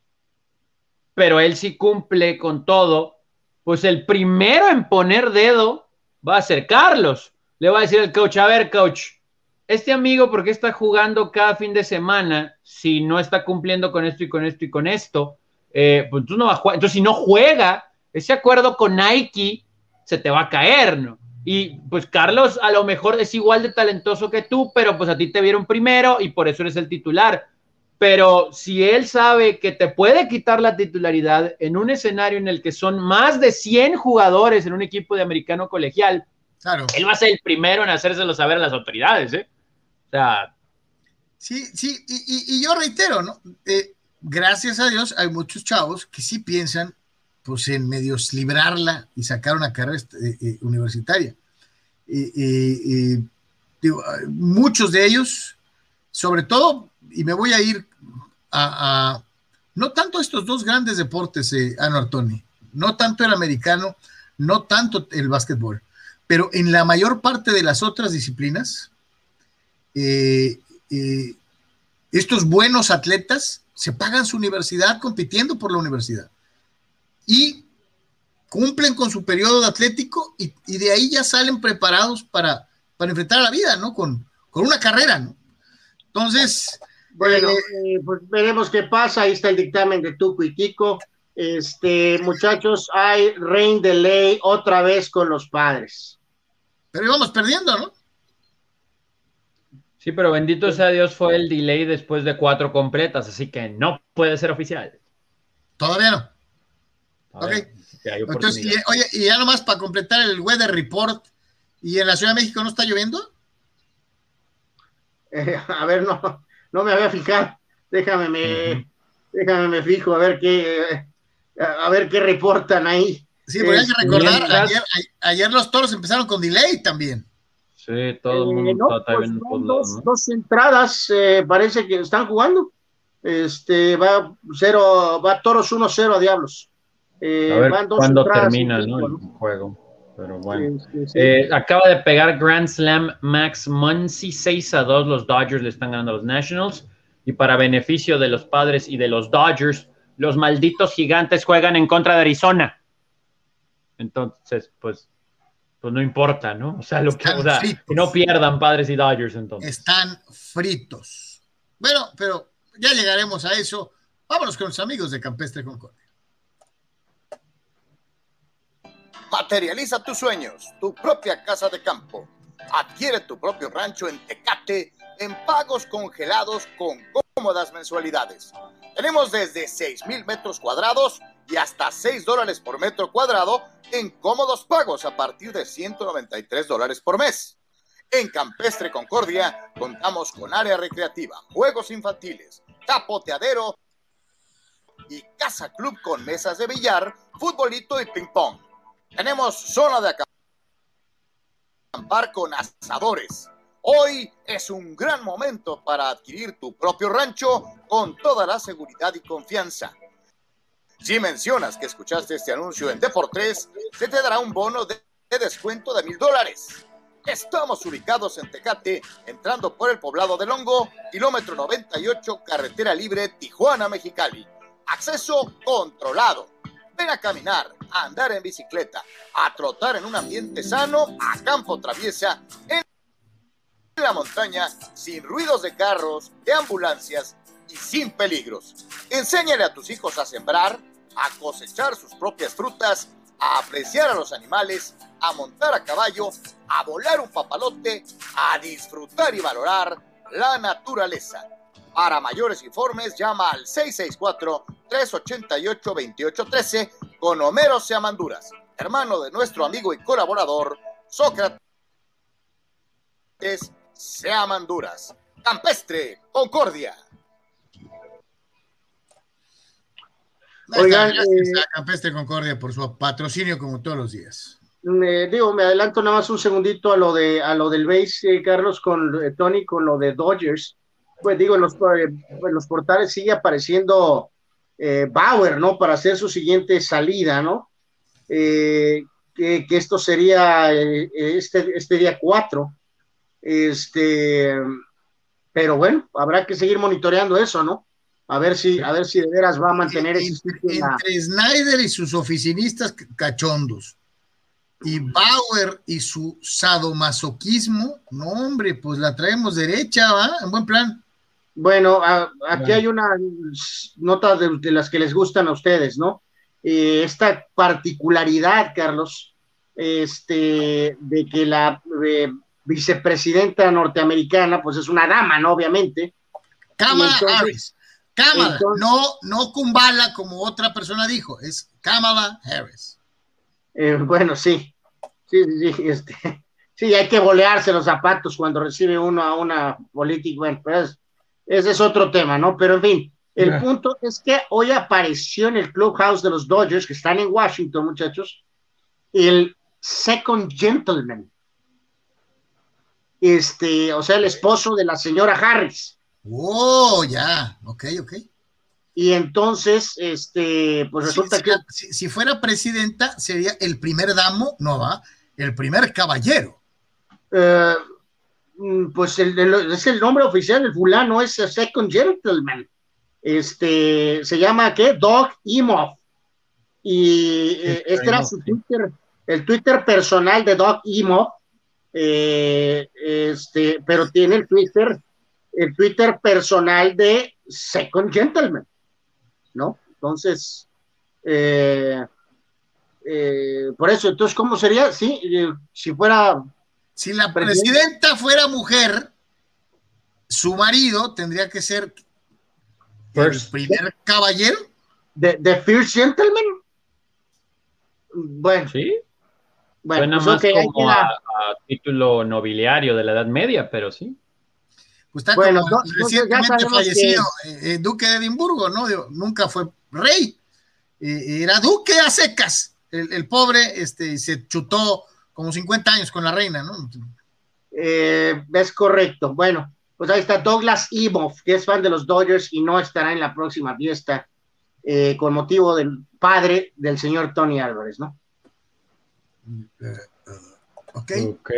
pero él sí cumple con todo, pues el primero en poner dedo va a ser Carlos. Le va a decir el coach, a ver, coach, este amigo, ¿por qué está jugando cada fin de semana si no está cumpliendo con esto y con esto y con esto? Eh, pues tú no vas a jugar. Entonces, si no juega, ese acuerdo con Nike se te va a caer, ¿no? Y pues Carlos a lo mejor es igual de talentoso que tú, pero pues a ti te vieron primero y por eso eres el titular. Pero si él sabe que te puede quitar la titularidad en un escenario en el que son más de cien jugadores en un equipo de americano colegial, claro, él va a ser el primero en hacérselo saber a las autoridades, ¿eh? O sea... Sí, sí, y, y, y yo reitero, ¿no? Eh, gracias a Dios hay muchos chavos que sí piensan pues en medios librarla y sacar una carrera eh, eh, universitaria. Eh, eh, eh, digo, muchos de ellos, sobre todo, y me voy a ir a, a no tanto estos dos grandes deportes, eh, Anuar Tony, no tanto el americano, no tanto el básquetbol, pero en la mayor parte de las otras disciplinas, eh, eh, estos buenos atletas se pagan su universidad compitiendo por la universidad y cumplen con su periodo de atlético y, y de ahí ya salen preparados para, para enfrentar a la vida, ¿no? Con, con una carrera, ¿no? Entonces... Bueno, eh, pues veremos qué pasa. Ahí está el dictamen de Tuco y Kiko. Este, muchachos, hay rain de ley otra vez con los Padres. Pero íbamos perdiendo, ¿no? Sí, pero bendito sea Dios, fue el delay después de cuatro completas, así que no puede ser oficial. Todavía no. A Ok. ver, entonces, y, oye, y ya nomás para completar el weather report, ¿y en la Ciudad de México no está lloviendo? Eh, a ver, no, no me había fijado. Déjame, me, uh-huh. déjame, me fijo, a ver qué, a ver qué reportan ahí. Sí, porque hay que recordar, ayer, ayer los Toros empezaron con delay también. Sí, todo el mundo eh, no, está pues, bien dos, lados, ¿no? dos entradas, eh, parece que están jugando. Este, va cero, va Toros uno cero a Diablos. Eh, a ver van dos cuándo termina, ¿no? El juego. Pero bueno. Este, sí. eh, acaba de pegar Grand Slam Max Muncy seis a dos. Los Dodgers le están ganando a los Nationals. Y para beneficio de los Padres y de los Dodgers, los malditos Gigantes juegan en contra de Arizona. Entonces, pues, pues no importa, ¿no? O sea, lo que, o sea, que no pierdan Padres y Dodgers entonces. Están fritos. Bueno, pero ya llegaremos a eso. Vámonos con los amigos de Campestre Concordia. Materializa tus sueños, tu propia casa de campo. Adquiere tu propio rancho en Tecate en pagos congelados con cómodas mensualidades. Tenemos desde seis mil metros cuadrados y hasta seis dólares por metro cuadrado en cómodos pagos a partir de ciento noventa y tres dólares por mes. En Campestre Concordia contamos con área recreativa, juegos infantiles, capoteadero y casa club con mesas de billar, futbolito y ping pong. Tenemos zona de acampar con asadores. Hoy es un gran momento para adquirir tu propio rancho con toda la seguridad y confianza. Si mencionas que escuchaste este anuncio en Deportes, se te dará un bono de, de descuento de mil dólares. Estamos ubicados en Tecate, entrando por el poblado del Hongo, kilómetro noventa y ocho, carretera libre Tijuana-Mexicali. Acceso controlado. Ven a caminar, a andar en bicicleta, a trotar en un ambiente sano, a campo traviesa, en la montaña, sin ruidos de carros, de ambulancias y sin peligros. Enséñale a tus hijos a sembrar, a cosechar sus propias frutas, a apreciar a los animales, a montar a caballo, a volar un papalote, a disfrutar y valorar la naturaleza. Para mayores informes, llama al seis seis cuatro, tres ocho ocho, dos ocho uno tres con Homero Seamanduras, hermano de nuestro amigo y colaborador Sócrates Seamanduras. Campestre Concordia. Oigan, gracias a Campestre Concordia por su patrocinio como todos los días. Me, digo, me adelanto nada más un segundito a lo de a lo del base, eh, Carlos, con eh, Tony, con lo de Dodgers. Pues digo, en los, eh, en los portales sigue apareciendo eh, Bauer, ¿no? Para hacer su siguiente salida, ¿no? Eh, que, que esto sería eh, este, este día cuatro. Este, pero bueno, habrá que seguir monitoreando eso, ¿no? A ver si, a ver si de veras va a mantener entre, ese entre la... Snyder y sus oficinistas cachondos y Bauer y su sadomasoquismo, no hombre, pues la traemos derecha, ¿va? En buen plan. Bueno, a, aquí bueno. Hay una nota de, de las que les gustan a ustedes, ¿no? Eh, esta particularidad, Carlos, este, de que la eh, vicepresidenta norteamericana, pues es una dama, ¿no? Obviamente. Kamala entonces, Harris. Kamala, entonces, no, no Kumbala, como otra persona dijo, es Kamala Harris. Eh, bueno, sí, sí, sí, sí, este, sí, hay que bolearse los zapatos cuando recibe uno a una política, bueno, pues ese es otro tema, ¿no? Pero en fin, el yeah. punto es que hoy apareció en el clubhouse de los Dodgers, que están en Washington, muchachos, el second gentleman, este, o sea, el esposo de la señora Harris. Oh, ya, yeah. ok, ok. y entonces, este, pues resulta si, que... Si, si fuera presidenta, sería el primer damo, no va, el primer caballero. Eh, pues el, el, es el nombre oficial, el fulano es a second gentleman. Este, se llama, ¿qué? Doug Emhoff. Y eh, este era su Twitter, el Twitter personal de Doug Emhoff. Eh, este, pero tiene el Twitter, el Twitter personal de Second Gentleman, ¿no? Entonces, eh, eh, por eso, entonces, ¿cómo sería? Sí, eh, si fuera... Si la presidenta fuera mujer, su marido tendría que ser First. el primer caballero. ¿De, de First Gentleman? Bueno. Sí. Bueno, Suena pues más okay, como a, a título nobiliario de la Edad Media, pero sí. Pues está bueno, como no, recientemente fallecido que... eh, Duque de Edimburgo, ¿no? Nunca fue rey, eh, era duque a secas. El, el pobre este, se chutó como cincuenta años con la reina, ¿no? Eh, es correcto. Bueno, pues ahí está Douglas Emhoff, que es fan de los Dodgers y no estará en la próxima fiesta eh, con motivo del padre del señor Tony Álvarez, ¿no? Uh, uh, ok. Ok.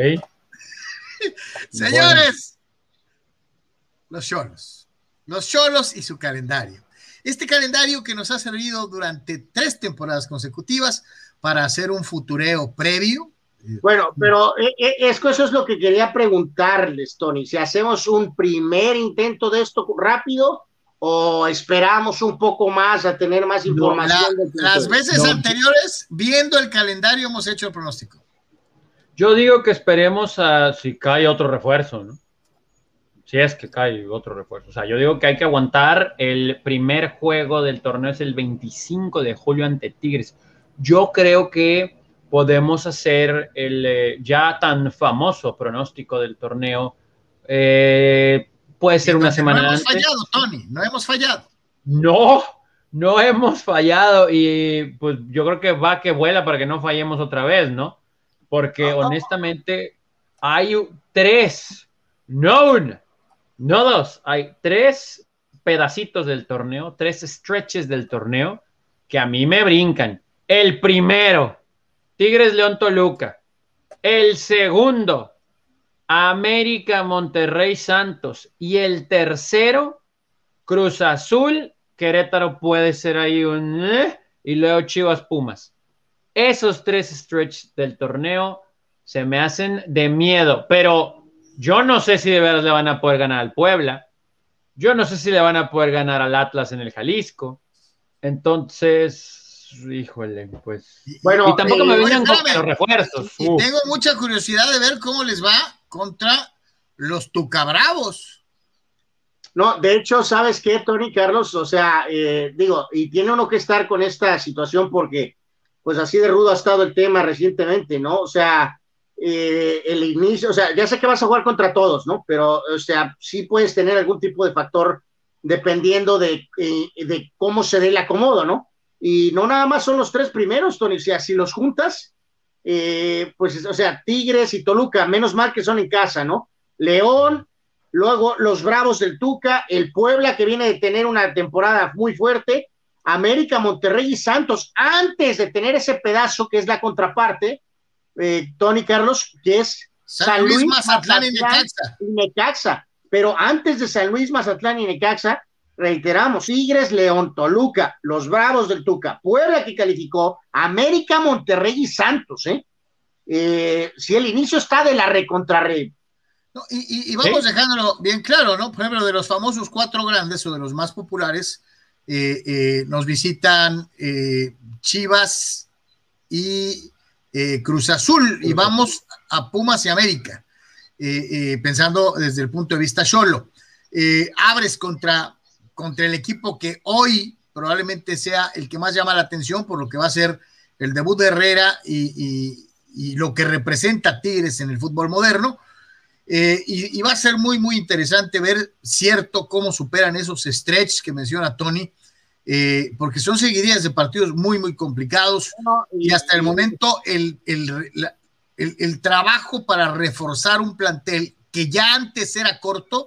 Señores, bueno. los Xolos. Los Xolos y su calendario. Este calendario que nos ha servido durante tres temporadas consecutivas para hacer un futureo previo. Bueno, pero eh, eh, eso es lo que quería preguntarles, Tony. Si hacemos un primer intento de esto rápido o esperamos un poco más a tener más información. No, la, las veces no. anteriores, viendo el calendario, hemos hecho el pronóstico. Yo digo que esperemos a si cae otro refuerzo, ¿no? Si es que cae otro refuerzo. O sea, yo digo que hay que aguantar. El primer juego del torneo es el veinticinco de julio ante Tigres. Yo creo que podemos hacer el eh, ya tan famoso pronóstico del torneo. Eh, puede ser una semana antes. No hemos antes. fallado, Tony, no hemos fallado. No, no hemos fallado y pues yo creo que va que vuela para que no fallemos otra vez, ¿no? Porque oh, honestamente hay tres, no una, no dos, hay tres pedacitos del torneo, tres stretches del torneo que a mí me brincan. El primero, Tigres León Toluca. El segundo, América Monterrey Santos. Y el tercero, Cruz Azul, Querétaro puede ser ahí un... Eh, y luego Chivas Pumas. Esos tres stretches del torneo se me hacen de miedo, pero yo no sé si de verdad le van a poder ganar al Puebla. Yo no sé si le van a poder ganar al Atlas en el Jalisco. Entonces, híjole, pues... Bueno, y tampoco eh, me vengan oye, con los refuerzos. Y, y tengo mucha curiosidad de ver cómo les va contra los Tucabravos. No, de hecho, ¿sabes qué, Tony Carlos? O sea, eh, digo, y tiene uno que estar con esta situación porque, pues así de rudo ha estado el tema recientemente, ¿no? O sea, eh, el inicio, o sea, ya sé que vas a jugar contra todos, ¿no? Pero, o sea, sí puedes tener algún tipo de factor dependiendo de, eh, de cómo se dé el acomodo, ¿no? Y no nada más son los tres primeros, Tony, o sea, si los juntas, eh, pues, o sea, Tigres y Toluca, menos mal que son en casa, ¿no? León, luego los Bravos del Tuca, el Puebla que viene de tener una temporada muy fuerte, América, Monterrey y Santos, antes de tener ese pedazo que es la contraparte, eh, Tony Carlos, que es San, San Luis, Luis Mazatlán, Mazatlán y Necaxa. y Necaxa. Pero antes de San Luis, Mazatlán y Necaxa, reiteramos, Tigres, León, Toluca, los Bravos del Tuca, Puebla que calificó, América, Monterrey y Santos, ¿eh? Eh, si el inicio está de la recontrarre. No, y, y, y vamos ¿Sí? dejándolo bien claro, ¿no? Por ejemplo, de los famosos cuatro grandes o de los más populares, eh, eh, nos visitan eh, Chivas y eh, Cruz Azul, y vamos a Pumas y América, eh, eh, pensando desde el punto de vista Xolo. Eh, abres contra, contra el equipo que hoy probablemente sea el que más llama la atención por lo que va a ser el debut de Herrera y, y, y lo que representa Tigres en el fútbol moderno. Eh, y, y va a ser muy, muy interesante ver, cierto, cómo superan esos stretches que menciona Tony, eh, porque son seguidillas de partidos muy, muy complicados, no, y, y hasta el momento el, el, la, el, el trabajo para reforzar un plantel que ya antes era corto,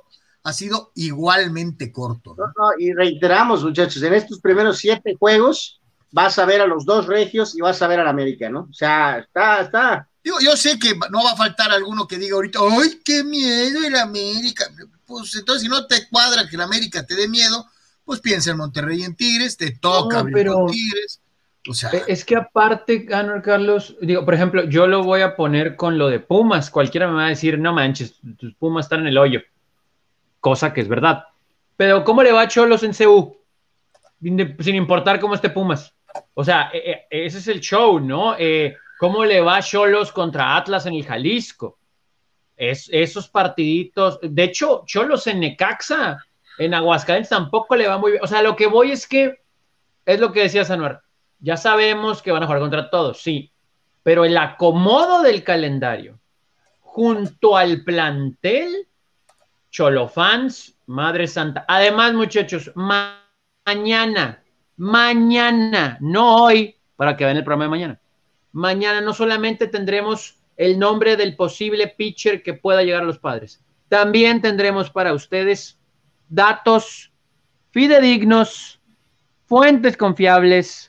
ha sido igualmente corto. ¿no? No, no, y reiteramos, muchachos, en estos primeros siete juegos vas a ver a los dos regios y vas a ver al América, ¿no? O sea, está, está. Digo, yo sé que no va a faltar alguno que diga ahorita, ¡ay, qué miedo el América! Pues entonces, si no te cuadra que el América te dé miedo, pues piensa en Monterrey y en Tigres, te toca no, pero Tigres. O sea, es que aparte, Carlos, digo, por ejemplo, yo lo voy a poner con lo de Pumas. Cualquiera me va a decir, no manches, tus Pumas están en el hoyo. Cosa que es verdad. Pero ¿cómo le va a Cholos en C U? Sin importar cómo esté Pumas. O sea, eh, eh, ese es el show, ¿no? Eh, ¿Cómo le va Cholos contra Atlas en el Jalisco? Es, esos partiditos. De hecho, Cholos en Necaxa, en Aguascalientes tampoco le va muy bien. O sea, lo que voy es que, es lo que decía Sanuar, ya sabemos que van a jugar contra todos, sí, pero el acomodo del calendario junto al plantel, Cholofans, Madre Santa. Además, muchachos, ma mañana, mañana, no hoy, para que vean el programa de mañana, mañana no solamente tendremos el nombre del posible pitcher que pueda llegar a los Padres, también tendremos para ustedes datos fidedignos, fuentes confiables,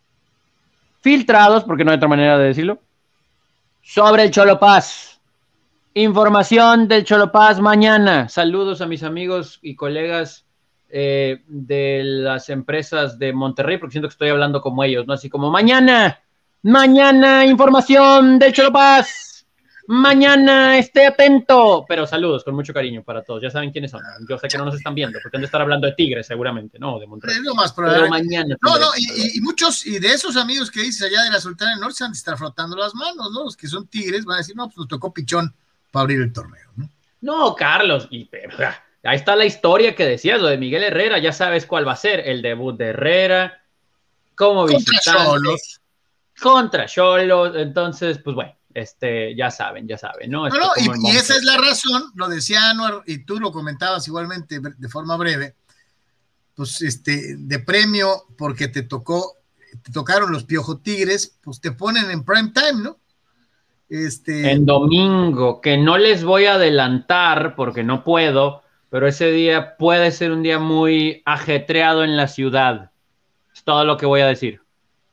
filtrados, porque no hay otra manera de decirlo, sobre el Cholo Paz. Información del Cholo Paz mañana. Saludos a mis amigos y colegas eh, de las empresas de Monterrey, porque siento que estoy hablando como ellos, ¿no? Así como mañana, mañana información del Cholo Paz. Mañana esté atento. Pero saludos con mucho cariño para todos. Ya saben quiénes son. Yo sé que no nos están viendo, porque han de estar hablando de Tigres seguramente, no de Monterrey. Es lo más probable. Pero mañana. No, no, y, y muchos, y de esos amigos que dices allá de la Sultana del Norte se han de estar frotando las manos, ¿no? Los que son Tigres van a decir, no, pues nos tocó pichón para abrir el torneo, ¿no? No, Carlos, y, pero, ahí está la historia que decías, lo de Miguel Herrera, ya sabes cuál va a ser, el debut de Herrera, como visitante. Contra Xolos. Contra Xolos, entonces, pues bueno, este, ya saben, ya saben, ¿no? No, no, y, y esa es la razón, lo decía Anuar, y tú lo comentabas igualmente de forma breve, pues este, de premio, porque te tocó, te tocaron los Piojo Tigres, pues te ponen en prime time, ¿no? Este... En domingo, que no les voy a adelantar porque no puedo, pero ese día puede ser un día muy ajetreado en la ciudad. Es todo lo que voy a decir.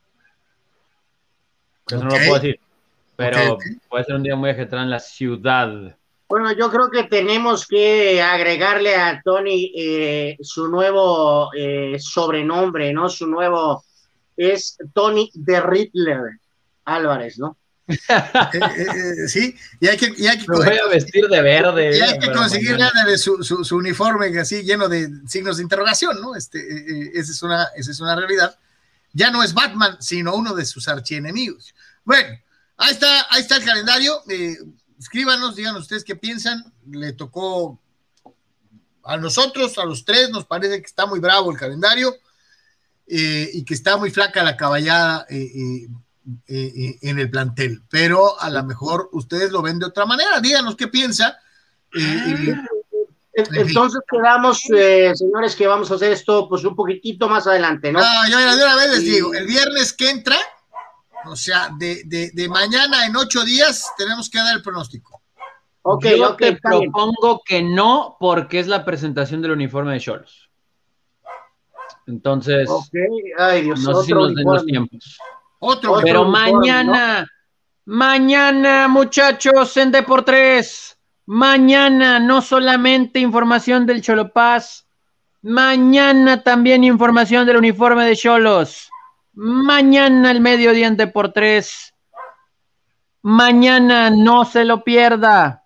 Eso okay. No lo puedo decir, pero okay, okay. Puede ser un día muy ajetreado en la ciudad. Bueno, yo creo que tenemos que agregarle a Tony eh, su nuevo eh, sobrenombre, ¿no? Su nuevo es Tony The Riddler Álvarez, ¿no? eh, eh, eh, sí, y hay que, y hay que me voy a vestir de verde. Y hay que conseguir ganar su, su, su uniforme así lleno de signos de interrogación, ¿no? Este, eh, esa es una, esa es una realidad. Ya no es Batman, sino uno de sus archienemigos. Bueno, ahí está, ahí está el calendario. Eh, escríbanos, digan ustedes qué piensan. Le tocó a nosotros, a los tres, nos parece que está muy bravo el calendario eh, y que está muy flaca la caballada. Eh, eh, Eh, en el plantel, pero a lo mejor ustedes lo ven de otra manera, díganos qué piensa. Eh, eh, Entonces quedamos, eh, señores, que vamos a hacer esto pues un poquitito más adelante, ¿no? No, yo de una vez les digo, el viernes que entra, o sea, de, de, de mañana en ocho días tenemos que dar el pronóstico. Okay, yo okay, te propongo que no, porque es la presentación del uniforme de Xolos. Entonces, okay. Ay, Dios, no sé si nos den los tiempos. Otro, pero otro mañana, ¿no? Mañana, muchachos, en Deportes, mañana no solamente información del Cholo Paz, mañana también información del uniforme de Xolos, mañana al mediodía en Deportes, mañana no se lo pierda.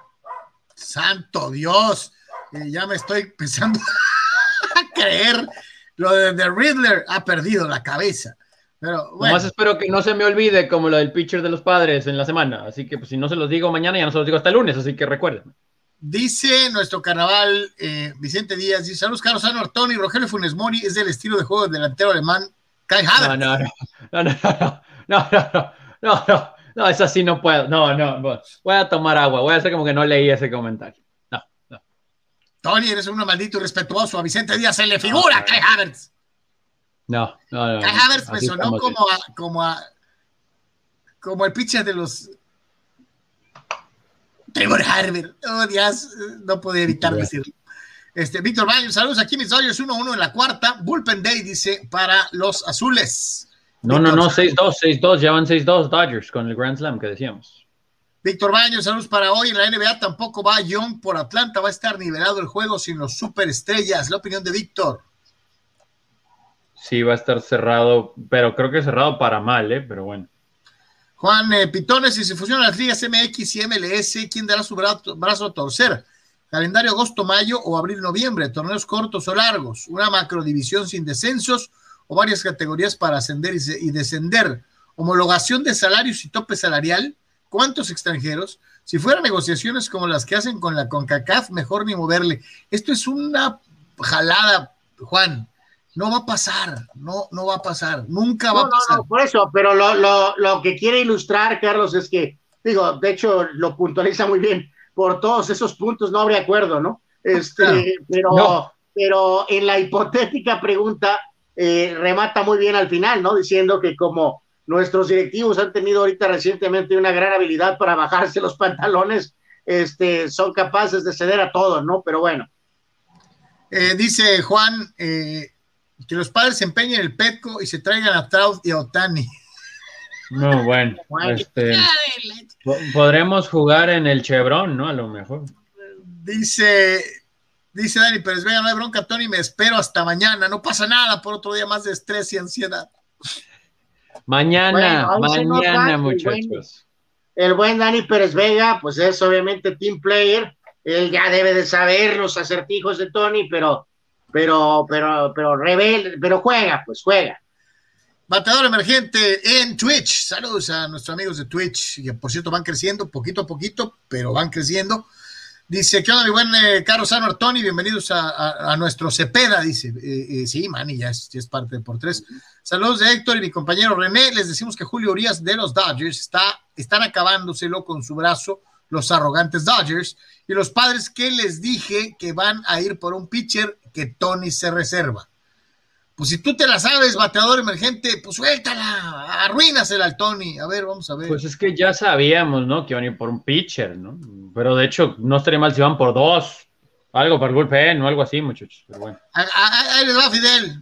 Santo Dios, eh, ya me estoy empezando a creer, lo de The Riddler ha perdido la cabeza. Pero bueno. Nomás espero que no se me olvide como lo del pitcher de los Padres en la semana, así que pues, si no se los digo mañana, ya no se los digo hasta el lunes, así que recuerden. Dice nuestro carnaval, eh, Vicente Díaz, dice, saludos Carlos Anuar, Tony, Rogelio Funes Mori es del estilo de juego del delantero alemán Kai Havertz. No, no, no, no, no, no, no, no, no, no, es así, no puedo, no, no, voy a tomar agua, voy a hacer como que no leí ese comentario. No, no. Tony, eres uno maldito y respetuoso, a Vicente Díaz se le figura no, Kai Havertz. No, no, no. Kai Havertz me sonó como a, como a como el pitcher de los Trevor Harbert. Oh, Dios, no puedo evitar decirlo. Este, Víctor Baños, saludos aquí, mis Dodgers uno uno en la cuarta. Bullpen Day, dice, para los azules. No, Víctor, no, no, seis dos, seis dos, ya van seis dos Dodgers con el Grand Slam que decíamos. Víctor Baños, saludos para hoy. En la N B A tampoco va Young por Atlanta, va a estar nivelado el juego sin los superestrellas. La opinión de Víctor. Sí, va a estar cerrado, pero creo que cerrado para mal, ¿eh? Pero bueno. Juan eh, Pitones, si se fusionan las ligas M X y M L S, ¿quién dará su brazo, brazo a torcer? Calendario agosto-mayo o abril-noviembre, torneos cortos o largos, una macrodivisión sin descensos o varias categorías para ascender y, y descender, homologación de salarios y tope salarial, ¿cuántos extranjeros? Si fueran negociaciones como las que hacen con la CONCACAF, mejor ni moverle. Esto es una jalada, Juan. No va a pasar, no, no va a pasar, nunca va no, a pasar. No, no, por eso, pero lo, lo, lo que quiere ilustrar, Carlos, es que, digo, de hecho, lo puntualiza muy bien, por todos esos puntos no habría acuerdo, ¿no? Este, claro. pero, no. pero en la hipotética pregunta eh, remata muy bien al final, ¿no? Diciendo que como nuestros directivos han tenido ahorita recientemente una gran habilidad para bajarse los pantalones, este, son capaces de ceder a todo, ¿no? Pero bueno. Eh, dice Juan, eh, que los padres se empeñen el Petco y se traigan a Trout y a Ohtani. No, bueno, este, podremos jugar en el Chevron, ¿no? A lo mejor. Dice, dice Dani Pérez Vega, no hay bronca, Tony, me espero hasta mañana, no pasa nada por otro día más de estrés y ansiedad. Mañana, bueno, mañana, muchachos. El buen, el buen Dani Pérez Vega, pues es obviamente team player, él ya debe de saber los acertijos de Tony, pero, pero, pero, pero rebelde, pero juega, pues juega. Bateador emergente en Twitch. Saludos a nuestros amigos de Twitch, que por cierto van creciendo poquito a poquito, pero van creciendo. Dice, ¿qué onda, mi buen eh, Carlos Anuar, Tony? Bienvenidos a, a, a nuestro Cepeda, dice. Eh, eh, sí, Manny, ya es, ya es parte de por tres. Saludos de Héctor y mi compañero René. Les decimos que Julio Urias de los Dodgers está, están acabándoselo con su brazo los arrogantes Dodgers. Y los padres que les dije que van a ir por un pitcher que Tony se reserva. Pues si tú te la sabes, bateador emergente, pues suéltala, arruínasela al Tony. A ver, vamos a ver. Pues es que ya sabíamos, ¿no? Que iban a ir por un pitcher, ¿no? Pero de hecho, no estaría mal si van por dos. Algo para el bullpen o algo así, muchachos. Pero bueno. Ahí les va, Fidel.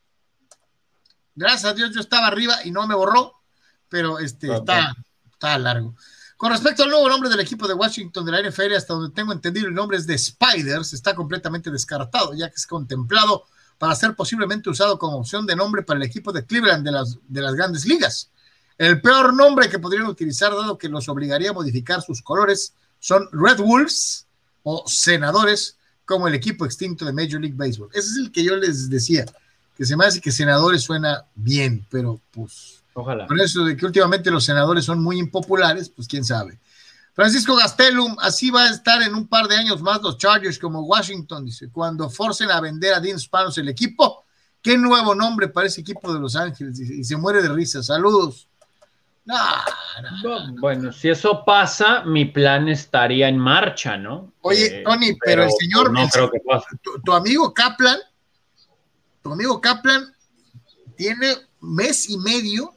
Gracias a Dios yo estaba arriba y no me borró, pero este okay. está, está largo. Con respecto al nuevo nombre del equipo de Washington de la N F L, hasta donde tengo entendido, el nombre es de Spiders, está completamente descartado, ya que es contemplado para ser posiblemente usado como opción de nombre para el equipo de Cleveland de las, de las grandes ligas. El peor nombre que podrían utilizar, dado que los obligaría a modificar sus colores, son Red Wolves o Senadores, como el equipo extinto de Major League Baseball. Ese es el que yo les decía, que se me hace que Senadores suena bien, pero pues... Ojalá. Con eso de que últimamente los senadores son muy impopulares, pues quién sabe. Francisco Gastelum, así va a estar en un par de años más los Chargers como Washington, dice, cuando forcen a vender a Dean Spanos el equipo. Qué nuevo nombre para ese equipo de Los Ángeles, dice, y se muere de risa. Saludos. No, no, no. Bueno, si eso pasa, mi plan estaría en marcha, ¿no? Oye, eh, Tony, pero, pero el señor, no el, creo que pase. Tu, tu amigo Kaplan, tu amigo Kaplan tiene mes y medio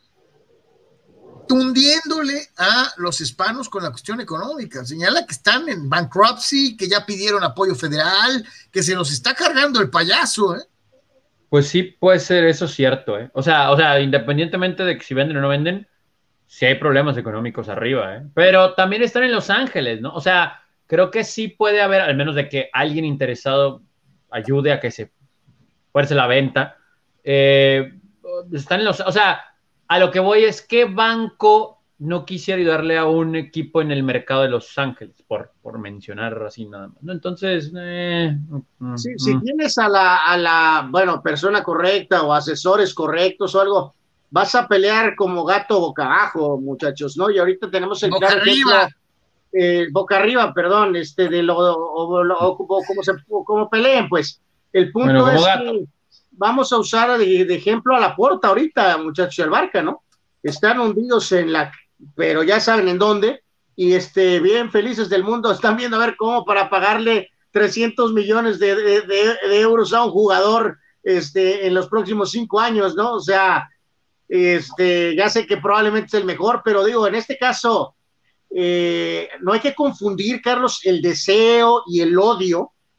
tundiéndole a los hispanos con la cuestión económica. Señala que están en bankruptcy, que ya pidieron apoyo federal, que se los está cargando el payaso, ¿eh? Pues sí, puede ser eso cierto, ¿eh? O sea, o sea, independientemente de que si venden o no venden, sí hay problemas económicos arriba, ¿eh? Pero también están en Los Ángeles, ¿no? O sea, creo que sí puede haber, al menos de que alguien interesado ayude a que se fuerce la venta. Eh, están en los, o sea, a lo que voy es que banco no quisiera ayudarle a un equipo en el mercado de Los Ángeles, por, por mencionar así nada más, ¿no? Entonces, eh, sí, mm, si mm. tienes a la, a la, bueno, persona correcta o asesores correctos o algo, vas a pelear como gato boca abajo, muchachos, ¿no? Y ahorita tenemos el boca claro arriba. Ejemplo, eh, boca arriba, perdón, este, de lo, o, o, o, o como se, o, como peleen, pues. El punto bueno, es gato. que vamos a usar de, de ejemplo a la Porta ahorita, muchachos, el Barca, ¿no? Están hundidos en la, pero ya saben en dónde, y este, bien felices del mundo, están viendo a ver cómo para pagarle trescientos millones de, de, de, de euros a un jugador este, en los próximos cinco años, ¿no? O sea, este, ya sé que probablemente es el mejor, pero digo, en este caso, eh, no hay que confundir, Carlos, el deseo y el odio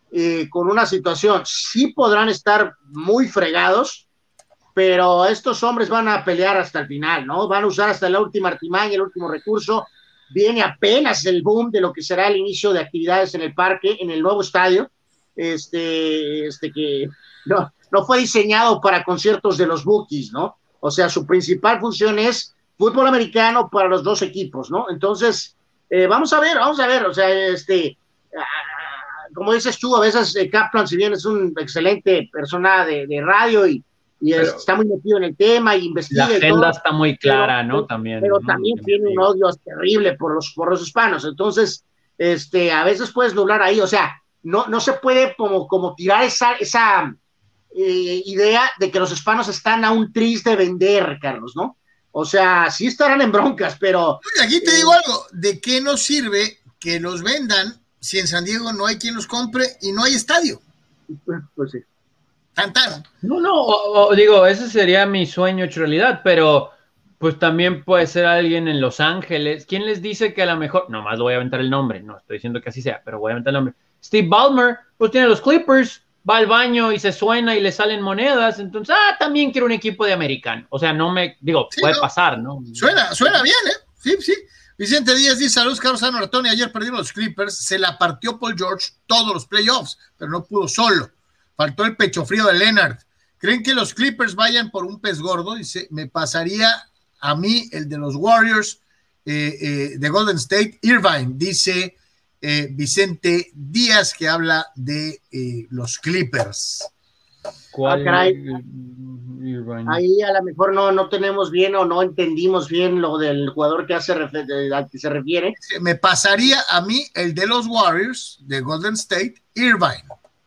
eh, con una situación, sí podrán estar muy fregados, pero estos hombres van a pelear hasta el final, ¿no? Van a usar hasta la última artimaña, el último recurso. Viene apenas el boom de lo que será el inicio de actividades en el parque, en el nuevo estadio, este, este que no, no fue diseñado para conciertos de los Bookies, ¿no? O sea, su principal función es fútbol americano para los dos equipos, ¿no? Entonces, eh, vamos a ver, vamos a ver, o sea, este, uh, como dices tú, a veces eh, Kaplan, si bien es un excelente persona de, de radio y y es, está muy metido en el tema y investiga. La agenda y todo, está muy clara, pero, ¿no? También. Pero ¿no? también tiene un odio terrible por los, por los hispanos. Entonces, este, a veces puedes nublar ahí. O sea, no, no se puede como, como tirar esa, esa eh, idea de que los hispanos están a un tris de vender, Carlos, ¿no? O sea, sí estarán en broncas, pero... Aquí te eh, digo algo. ¿De qué nos sirve que los vendan si en San Diego no hay quien los compre y no hay estadio? Pues sí. Cantar. No, no, o, o, digo, ese sería mi sueño hecho realidad, pero pues también puede ser alguien en Los Ángeles. ¿Quién les dice que a lo mejor, nomás lo voy a aventar el nombre, no estoy diciendo que así sea, pero voy a aventar el nombre. Steve Ballmer, pues tiene los Clippers, va al baño y se suena y le salen monedas, entonces, ah, también quiero un equipo de americano. O sea, no me, digo, sí, puede no. pasar, ¿no? Suena, suena bien, ¿eh? Sí, sí. Vicente Díaz dice, saludos, Carlos Anartoni, ayer perdieron los Clippers, se la partió Paul George todos los playoffs, pero no pudo solo. Faltó el pecho frío de Leonard. ¿Creen que los Clippers vayan por un pez gordo? Dice, me pasaría a mí el de los Warriors eh, eh, de Golden State, Irvine, dice eh, Vicente Díaz, que habla de eh, los Clippers. ¿Cuál? Ah, ahí a lo mejor no, no tenemos bien o no entendimos bien lo del jugador que hace refer- al que se refiere. Me pasaría a mí el de los Warriors de Golden State, Irvine.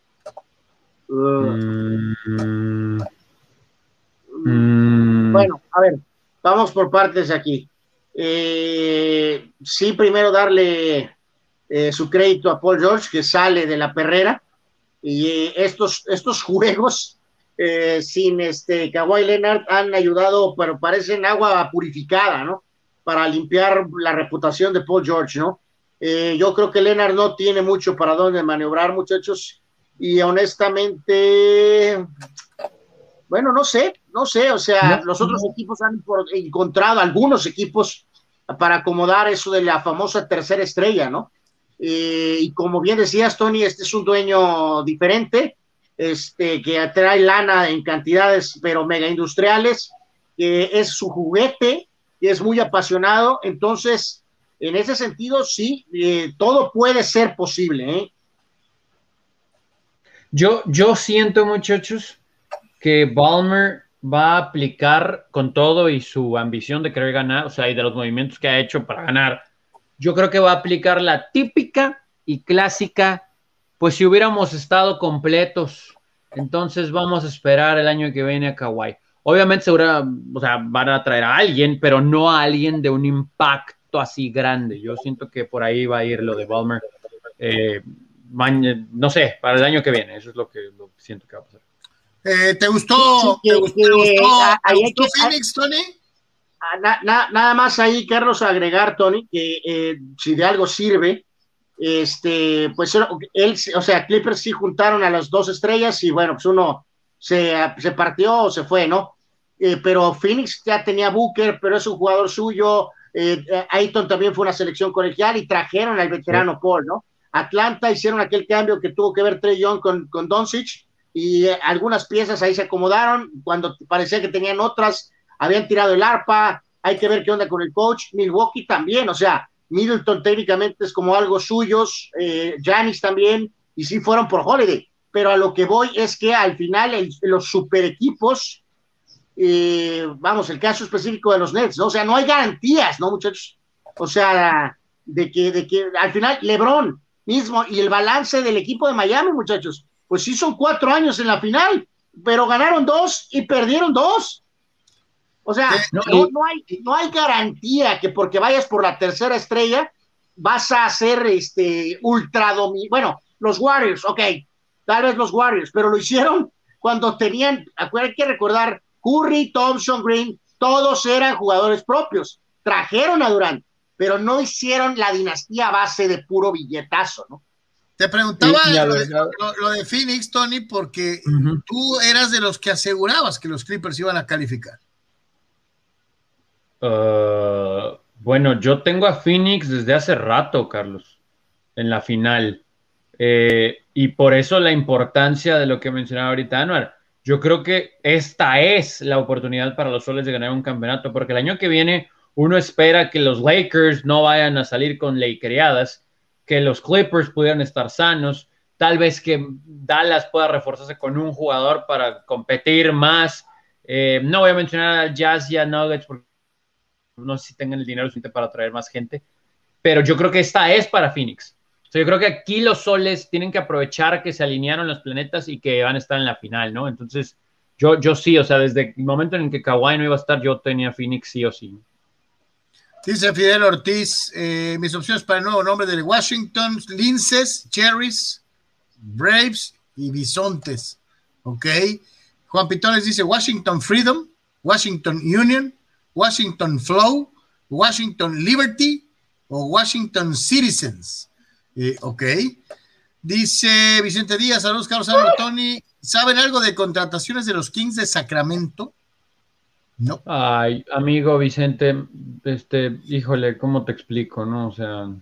Uh, mm. Bueno, a ver, vamos por partes aquí. Eh, sí, primero darle eh, su crédito a Paul George, que sale de la perrera, y eh, estos, estos juegos eh, sin este Kawhi Leonard han ayudado, pero parecen agua purificada, ¿no? Para limpiar la reputación de Paul George, ¿no? Eh, yo creo que Leonard no tiene mucho para dónde maniobrar, muchachos. Y honestamente, bueno, no sé, no sé, o sea, no, los otros no. equipos han encontrado, algunos equipos, para acomodar eso de la famosa tercera estrella, ¿no? Eh, y como bien decías, Tony, este es un dueño diferente, este, que trae lana en cantidades, pero mega industriales, que es su juguete, que es muy apasionado, entonces, en ese sentido, sí, eh, todo puede ser posible, ¿eh? Yo, yo siento, muchachos, que Ballmer va a aplicar con todo y su ambición de querer ganar, o sea, y de los movimientos que ha hecho para ganar, yo creo que va a aplicar la típica y clásica, pues si hubiéramos estado completos, entonces vamos a esperar el año que viene a Kawhi. Obviamente segura, o sea, van a traer a alguien, pero no a alguien de un impacto así grande. Yo siento que por ahí va a ir lo de Ballmer. Eh, no sé, para el año que viene, eso es lo que, lo que siento que va a pasar. Eh, ¿Te gustó, sí, ¿te gustó, ¿te gustó, a, ¿te gustó que, Phoenix, Tony? Na, na, nada más ahí, Carlos, agregar, Tony, que eh, si de algo sirve, este, pues él, o sea, Clippers sí juntaron a las dos estrellas y bueno, pues uno se, se partió o se fue, ¿no? Eh, pero Phoenix ya tenía Booker, pero es un jugador suyo, eh, Ayton también fue una selección colegial y trajeron al veterano sí. Paul, ¿no? Atlanta hicieron aquel cambio que tuvo que ver Trae Young con, con Doncic y eh, algunas piezas ahí se acomodaron cuando parecía que tenían otras, habían tirado el arpa, hay que ver qué onda con el coach. Milwaukee también, o sea, Middleton técnicamente es como algo suyos, Giannis eh, también, y sí fueron por Holiday, pero a lo que voy es que al final el, los super equipos, eh, vamos, el caso específico de los Nets, ¿no? O sea, no hay garantías, ¿no, muchachos? O sea, de que, de que al final LeBron mismo y el balance del equipo de Miami, muchachos, pues sí son cuatro años en la final, pero ganaron dos y perdieron dos. O sea, no, no, no, hay, no hay garantía que porque vayas por la tercera estrella vas a hacer este ultra domi- bueno, los Warriors, ok, tal vez los Warriors, pero lo hicieron cuando tenían, hay que recordar, Curry, Thompson, Green, todos eran jugadores propios, trajeron a Durant, pero no hicieron la dinastía a base de puro billetazo, ¿no? Te preguntaba Y- y a lo, ver, de, a- lo- lo de Phoenix, Tony, porque Ujú. tú eras de los que asegurabas que los Clippers iban a calificar. Uh, bueno, yo tengo a Phoenix desde hace rato, Carlos, en la final. Eh, y por eso la importancia de lo que mencionaba ahorita Anuar. Yo creo que esta es la oportunidad para los Soles de ganar un campeonato, porque el año que viene uno espera que los Lakers no vayan a salir con lakeriadas, que los Clippers pudieran estar sanos, tal vez que Dallas pueda reforzarse con un jugador para competir más. Eh, no voy a mencionar al Jazz y a Nuggets porque no sé si tengan el dinero suficiente para traer más gente, pero yo creo que esta es para Phoenix. O sea, yo creo que aquí los Soles tienen que aprovechar que se alinearon los planetas y que van a estar en la final, ¿no? Entonces, yo, yo sí, o sea, desde el momento en que Kawhi no iba a estar, yo tenía Phoenix sí o sí. Dice Fidel Ortiz, eh, mis opciones para el nuevo nombre de Washington, Linces, Cherries, Braves y Bisontes. Ok. Juan Pitones dice Washington Freedom, Washington Union, Washington Flow, Washington Liberty o Washington Citizens. Eh, ok. Dice Vicente Díaz, saludos Carlos Álvaro, Tony. ¿Saben algo de contrataciones de los Kings de Sacramento? No. Ay, amigo Vicente, este, híjole, ¿cómo te explico, no? O sea,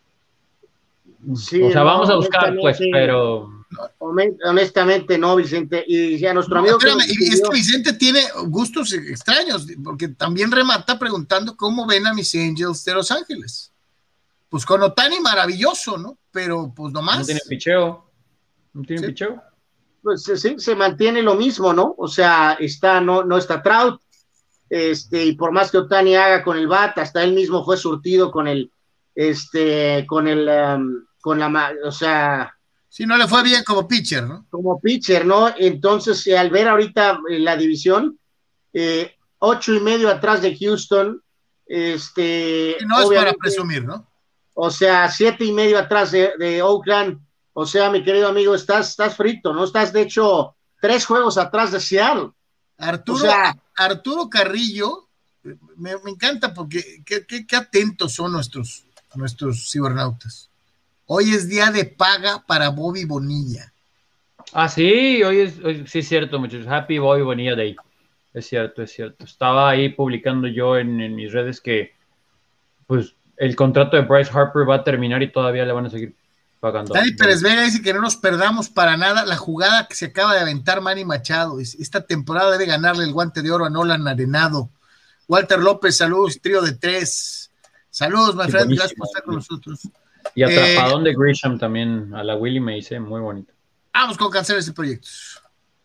Sí, o sea, no, vamos a buscar, pues, honestamente, pero honestamente no, Vicente. Y ya nuestro No, amigo que espérame, nos y es escribió- que Vicente tiene gustos extraños, porque también remata preguntando cómo ven a mis Angels de Los Ángeles. Pues con Otani maravilloso, ¿no? Pero pues no nomás. tiene picheo, no tiene Sí. picheo. pues sí, se mantiene lo mismo, ¿no? O sea, está, no, no está Trout, este, y por más que Otani haga con el bat, hasta él mismo fue surtido con el, este, con el, um, con la, ma- o sea, Sí, no le fue bien como pitcher, ¿no? como pitcher, ¿no? Entonces, eh, al ver ahorita eh, la división, eh, ocho y medio atrás de Houston, este, Y no es para obviamente, presumir, ¿no? o sea, siete y medio atrás de, de Oakland. O sea, mi querido amigo, estás, estás frito, ¿no? Estás, de hecho, tres juegos atrás de Seattle. Arturo, O sea, Arturo Carrillo, me, me encanta porque qué, qué, qué atentos son nuestros, nuestros cibernautas. Hoy es día de paga para Bobby Bonilla. Ah, sí, hoy es, hoy- sí es cierto, muchachos. Happy Boy Bonilla Day. Es cierto, es cierto. Estaba ahí publicando yo en, en mis redes que, pues, el contrato de Bryce Harper va a terminar y todavía le van a seguir pagando. Dani Pérez Vega dice que no nos perdamos para nada la jugada que se acaba de aventar Manny Machado. Esta temporada debe ganarle el guante de oro a Nolan Arenado. Walter López, saludos, trío de tres. Saludos, my Sí, friend, buenísimo. gracias por estar con nosotros. Y atrapadón Eh, de Grisham también, a la Willy me dice, muy bonito. Vamos con canceles y proyectos.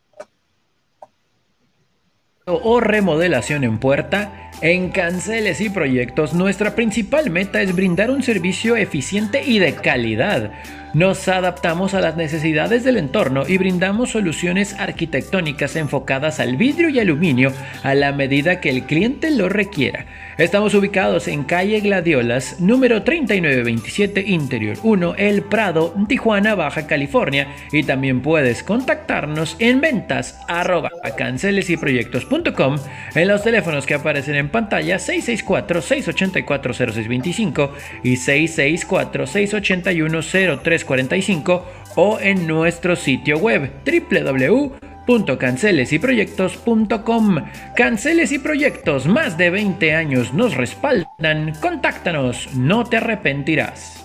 O remodelación en puerta, en Canceles y Proyectos nuestra principal meta es brindar un servicio eficiente y de calidad. Nos adaptamos a las necesidades del entorno y brindamos soluciones arquitectónicas enfocadas al vidrio y aluminio a la medida que el cliente lo requiera. Estamos ubicados en calle Gladiolas, número treinta y nueve veintisiete, Interior uno, El Prado, Tijuana, Baja California, y también puedes contactarnos en ventas arroba cancelesyproyectos punto com, en los teléfonos que aparecen en pantalla seis seis cuatro, seis ocho cuatro, cero seis dos cinco y seis seis cuatro, seis ocho uno, cero tres cuatro cinco o en nuestro sitio web doble u doble u doble u punto canceles y proyectos punto com. Canceles y Proyectos, más de veinte años nos respaldan. Contáctanos, no te arrepentirás.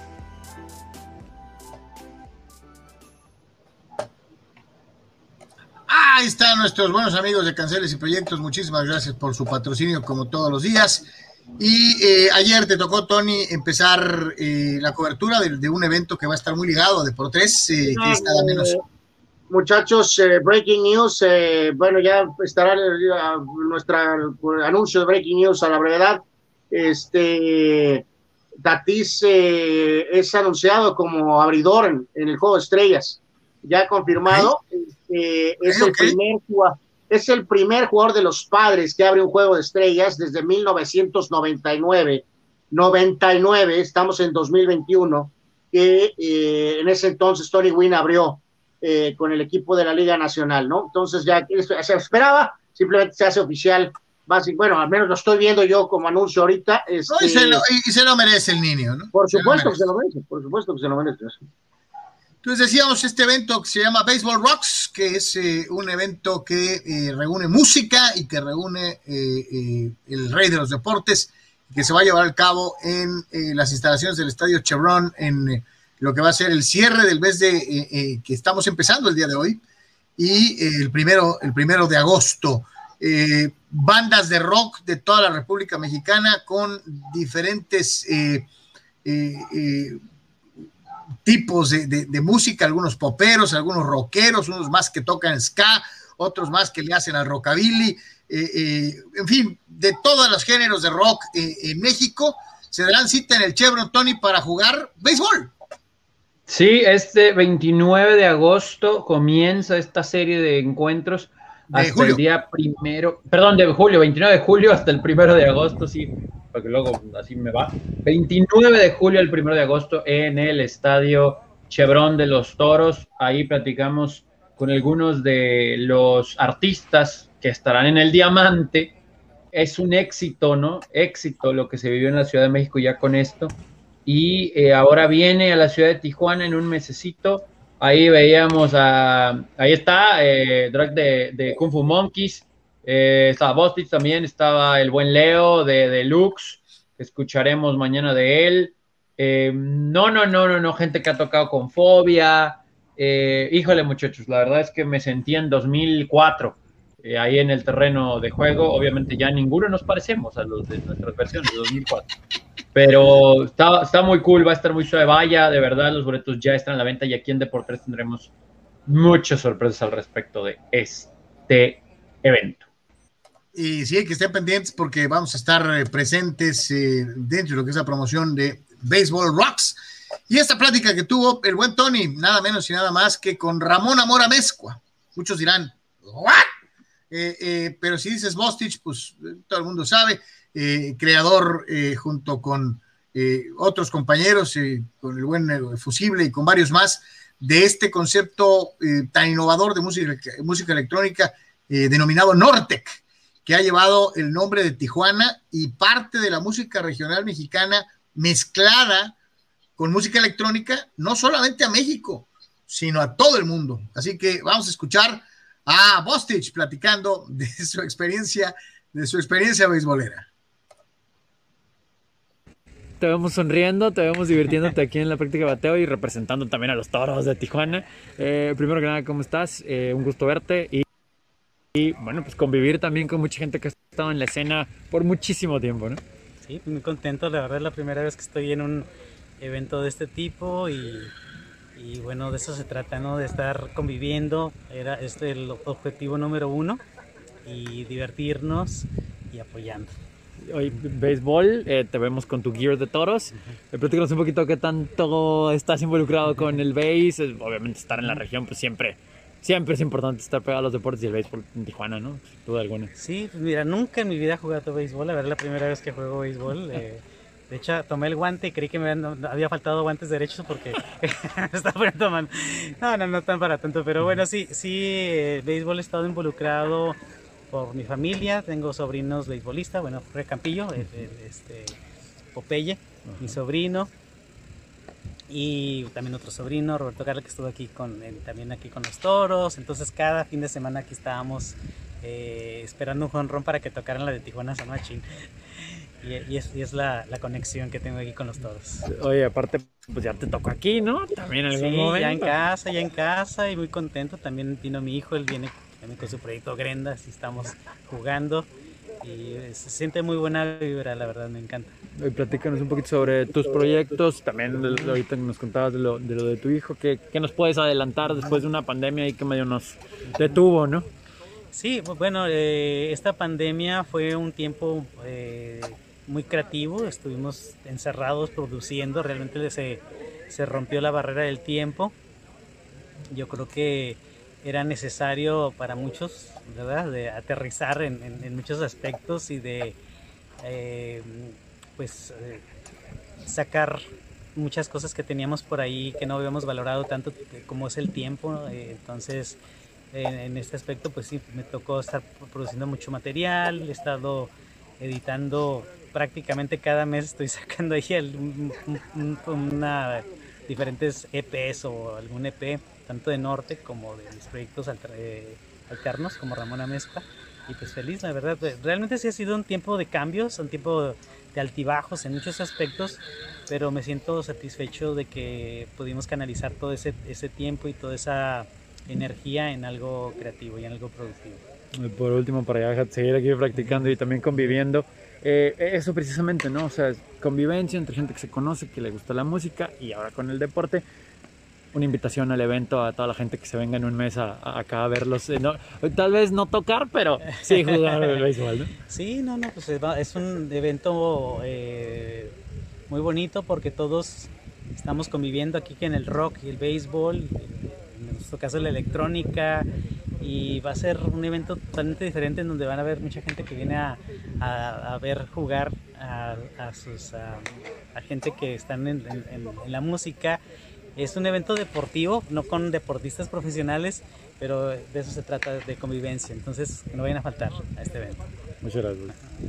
Ahí están nuestros buenos amigos de Canceles y Proyectos. Muchísimas gracias por su patrocinio, como todos los días. Y eh, ayer te tocó, Tony, empezar eh, la cobertura de, de un evento que va a estar muy ligado a Deportes, eh, que es nada menos. Muchachos, eh, breaking news, eh, bueno, ya estará nuestro anuncio de breaking news a la brevedad. Este, Tatis eh, es anunciado como abridor en, en el Juego de Estrellas, ya confirmado. Okay. Este, es, okay, el primer, es el primer jugador de los Padres que abre un Juego de Estrellas desde mil novecientos noventa y nueve. noventa y nueve, estamos en dos mil veintiuno, que eh, en ese entonces Tony Gwynn abrió Eh, con el equipo de la Liga Nacional, ¿no? Entonces ya se esperaba, simplemente se hace oficial, básico, bueno, al menos lo estoy viendo yo como anuncio ahorita. Este, no, y, se lo, y se lo merece el niño, ¿no? Por supuesto que se lo merece, por supuesto que se lo merece. Entonces decíamos este evento que se llama Baseball Rocks, que es eh, un evento que eh, reúne música y que reúne eh, eh, el rey de los deportes, que se va a llevar a cabo en eh, las instalaciones del Estadio Chevron en eh, lo que va a ser el cierre del mes de eh, eh, que estamos empezando el día de hoy y eh, el primero el primero de agosto. Eh, bandas de rock de toda la República Mexicana con diferentes eh, eh, eh, tipos de, de, de música, algunos poperos, algunos rockeros, unos más que tocan ska, otros más que le hacen al rockabilly, eh, eh, en fin, de todos los géneros de rock eh, en México, se darán cita en el Chevron, Tony, para jugar béisbol. Sí, este veintinueve de agosto comienza esta serie de encuentros de hasta julio. El día primero, perdón, de julio, veintinueve de julio hasta el primero de agosto, sí, porque luego así me va. veintinueve de julio al primero de agosto en el Estadio Chevron de los Toros. Ahí platicamos con algunos de los artistas que estarán en el Diamante. Es un éxito, ¿no? Éxito lo que se vivió en la Ciudad de México ya con esto. Y eh, ahora viene a la ciudad de Tijuana en un mesecito. Ahí veíamos a, ahí está, eh, Drag de, de Kung Fu Monkeys, eh, estaba Bostich también, estaba el buen Leo de Deluxe, que escucharemos mañana de él. Eh, no, no, no, no, no, gente que ha tocado con Fobia. Eh, híjole, muchachos, la verdad es que me sentí en dos mil cuatro, eh, ahí en el terreno de juego. Obviamente ya ninguno nos parecemos a los de nuestras versiones de dos mil cuatro. Pero está, está muy cool, va a estar muy suave. Vaya, de verdad, los boletos ya están a la venta y aquí en Deportes tendremos muchas sorpresas al respecto de este evento. Y sí, que estén pendientes porque vamos a estar presentes eh, dentro de lo que es la promoción de Baseball Rocks. Y esta plática que tuvo el buen Tony, nada menos y nada más que con Ramón Amor Amezcua. Muchos dirán, ¿what? Eh, eh, pero si dices Bostich, pues todo el mundo sabe. Eh, creador eh, junto con eh, otros compañeros, eh, con el buen eh, Fusible y con varios más, de este concepto eh, tan innovador de música, música electrónica eh, denominado Nortec, que ha llevado el nombre de Tijuana y parte de la música regional mexicana mezclada con música electrónica, no solamente a México, sino a todo el mundo. Así que vamos a escuchar a Bostich platicando de su experiencia, de su experiencia beisbolera. Te vemos sonriendo, te vemos divirtiéndote aquí en la práctica de bateo y representando también a los Toros de Tijuana. Eh, primero que nada, ¿cómo estás? Eh, un gusto verte y, y, bueno, pues convivir también con mucha gente que ha estado en la escena por muchísimo tiempo, ¿no? Sí, muy contento, la verdad es la primera vez que estoy en un evento de este tipo y, y bueno, de eso se trata, ¿no? De estar conviviendo, era este el objetivo número uno, y divertirnos y apoyando. Hoy béisbol, eh, te vemos con tu gear de Toros. Uh-huh. Platícanos un poquito qué tanto estás involucrado con el béis. Obviamente estar en la región, pues siempre, siempre es importante estar pegado a los deportes y el béisbol en Tijuana, ¿no? Sin duda alguna. Sí, pues mira, nunca en mi vida he jugado béisbol. La verdad, es la primera vez que juego béisbol. Eh, de hecho, tomé el guante y creí que me habían, había faltado guantes derechos porque estaba poniendo mano. No, no, no tan para tanto. Pero bueno, sí, sí, eh, béisbol he estado involucrado por mi familia. Tengo sobrinos beisbolistas, bueno, Jorge Campillo, el, el, este, Popeye, uh-huh. mi sobrino, y también otro sobrino, Roberto Carlos, que estuvo aquí con, eh, también aquí con los Toros. Entonces cada fin de semana aquí estábamos eh, esperando un jonrón para que tocaran la de Tijuana San Machín. Y, y es, y es la, la conexión que tengo aquí con los Toros. Oye, aparte, pues ya te tocó aquí, ¿no? También en algún sí, momento. ya en casa, ya en casa, y muy contento. También vino mi hijo, él viene también con su proyecto Grenda, así estamos jugando y se siente muy buena vibra, la verdad, me encanta. Hoy platícanos un poquito sobre tus proyectos, también ahorita nos contabas de lo de, lo de tu hijo, ¿qué, qué nos puedes adelantar después de una pandemia y que medio nos detuvo, ¿no? Sí, bueno, eh, esta pandemia fue un tiempo eh, muy creativo, estuvimos encerrados produciendo, realmente se, se rompió la barrera del tiempo. Yo creo que era necesario para muchos, ¿verdad?, de aterrizar en, en, en muchos aspectos y de eh, pues eh, sacar muchas cosas que teníamos por ahí que no habíamos valorado tanto como es el tiempo. Eh, entonces en, en este aspecto pues sí, me tocó estar produciendo mucho material, he estado editando prácticamente cada mes, estoy sacando ahí el, un, un, una diferentes E Pes o algún E P, tanto de Norte como de mis proyectos alter, eh, alternos como Ramón Amezcua. Y pues feliz, la verdad. Realmente sí ha sido un tiempo de cambios, un tiempo de altibajos en muchos aspectos, pero me siento satisfecho de que pudimos canalizar todo ese, ese tiempo y toda esa energía en algo creativo y en algo productivo. Por último, para ya seguir aquí practicando y también conviviendo, eh, eso precisamente, ¿no? O sea, convivencia entre gente que se conoce, que le gusta la música, y ahora con el deporte, una invitación al evento a toda la gente que se venga en un mes a, a acá a verlos. Eh, no, tal vez no tocar, pero sí jugar el béisbol, ¿no? Sí, no, no, pues es un evento eh, muy bonito porque todos estamos conviviendo aquí en el rock y el béisbol, en nuestro caso la electrónica, y va a ser un evento totalmente diferente en donde van a haber mucha gente que viene a, a, a ver jugar a, a, sus, a, a gente que están en, en, en la música. Es un evento deportivo, no con deportistas profesionales, pero de eso se trata, de convivencia. Entonces, que no vayan a faltar a este evento. Muchas gracias.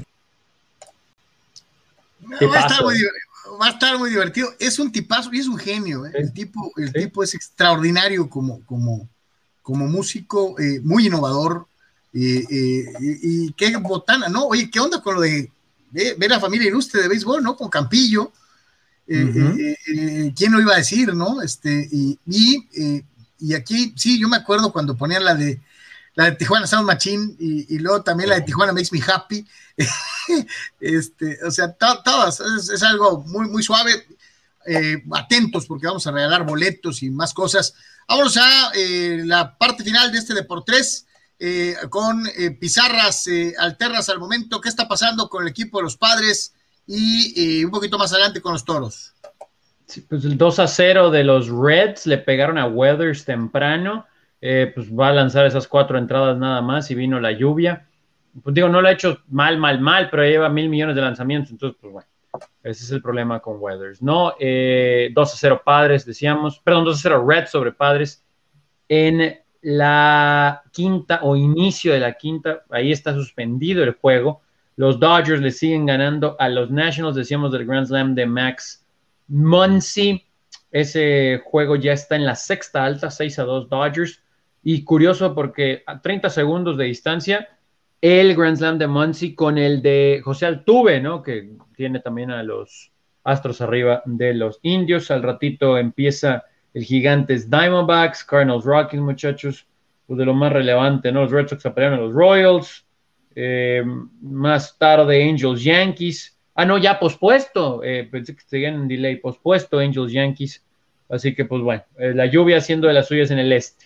Va a, estar muy, va a estar muy divertido. Es un tipazo y es un genio. ¿eh? El, tipo, el ¿Sí? tipo es extraordinario como, como, como músico, eh, muy innovador. Eh, eh, y, y qué botana, ¿no? Oye, ¿qué onda con lo de, de ver la familia ilustre de béisbol, ¿no? Con Campillo. Eh, uh-huh. eh, eh, ¿Quién lo iba a decir, no? Este, y, y, eh, y aquí, sí, yo me acuerdo cuando ponían la de la de Tijuana Sound Machine y, y luego también la de Tijuana Makes Me Happy. este, o sea, to, todas, es, es algo muy, muy suave. Eh, atentos porque vamos a regalar boletos y más cosas. Vámonos a eh, la parte final de este Deportes eh, con eh, pizarras eh, alternas al momento. ¿Qué está pasando con el equipo de los Padres? Y eh, un poquito más adelante con los Toros. Sí, pues el dos a cero de los Reds le pegaron a Weathers temprano. Eh, pues va a lanzar esas cuatro entradas nada más y vino la lluvia. Pues digo, no lo ha hecho mal, mal, mal, pero lleva mil millones de lanzamientos. Entonces, pues bueno, ese es el problema con Weathers. No, eh, dos a cero Padres, decíamos. Perdón, dos a cero Reds sobre Padres. En la quinta o inicio de la quinta, ahí está suspendido el juego. Los Dodgers le siguen ganando a los Nationals, decíamos del Grand Slam de Max Muncy. Ese juego ya está en la sexta alta, seis a dos Dodgers. Y curioso porque a treinta segundos de distancia, el Grand Slam de Muncy con el de José Altuve, ¿no? Que tiene también a los Astros arriba de los Indios. Al ratito empieza el Gigantes Diamondbacks, Cardinals Rockies, muchachos. Pues de lo más relevante, ¿no? Los Red Sox apalearon a los Royals. Eh, más tarde Angels Yankees, ah no, ya pospuesto, eh, pensé que seguían en delay, pospuesto Angels Yankees, así que pues bueno, eh, la lluvia haciendo de las suyas en el este.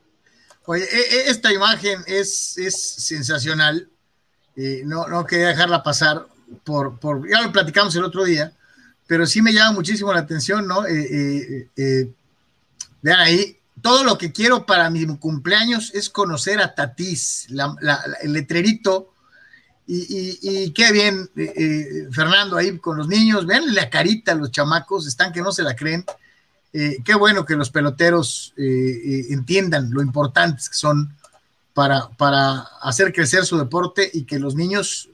Oye, esta imagen es, es sensacional, eh, no, no quería dejarla pasar, por, por, ya lo platicamos el otro día, pero sí me llama muchísimo la atención, ¿no? Eh, eh, eh, vean ahí, todo lo que quiero para mi cumpleaños es conocer a Tatis, la, la, el letrerito, y, y, y qué bien, eh, eh, Fernando, ahí con los niños, vean la carita a los chamacos, están que no se la creen, eh, qué bueno que los peloteros eh, eh, entiendan lo importantes que son para, para hacer crecer su deporte y que los niños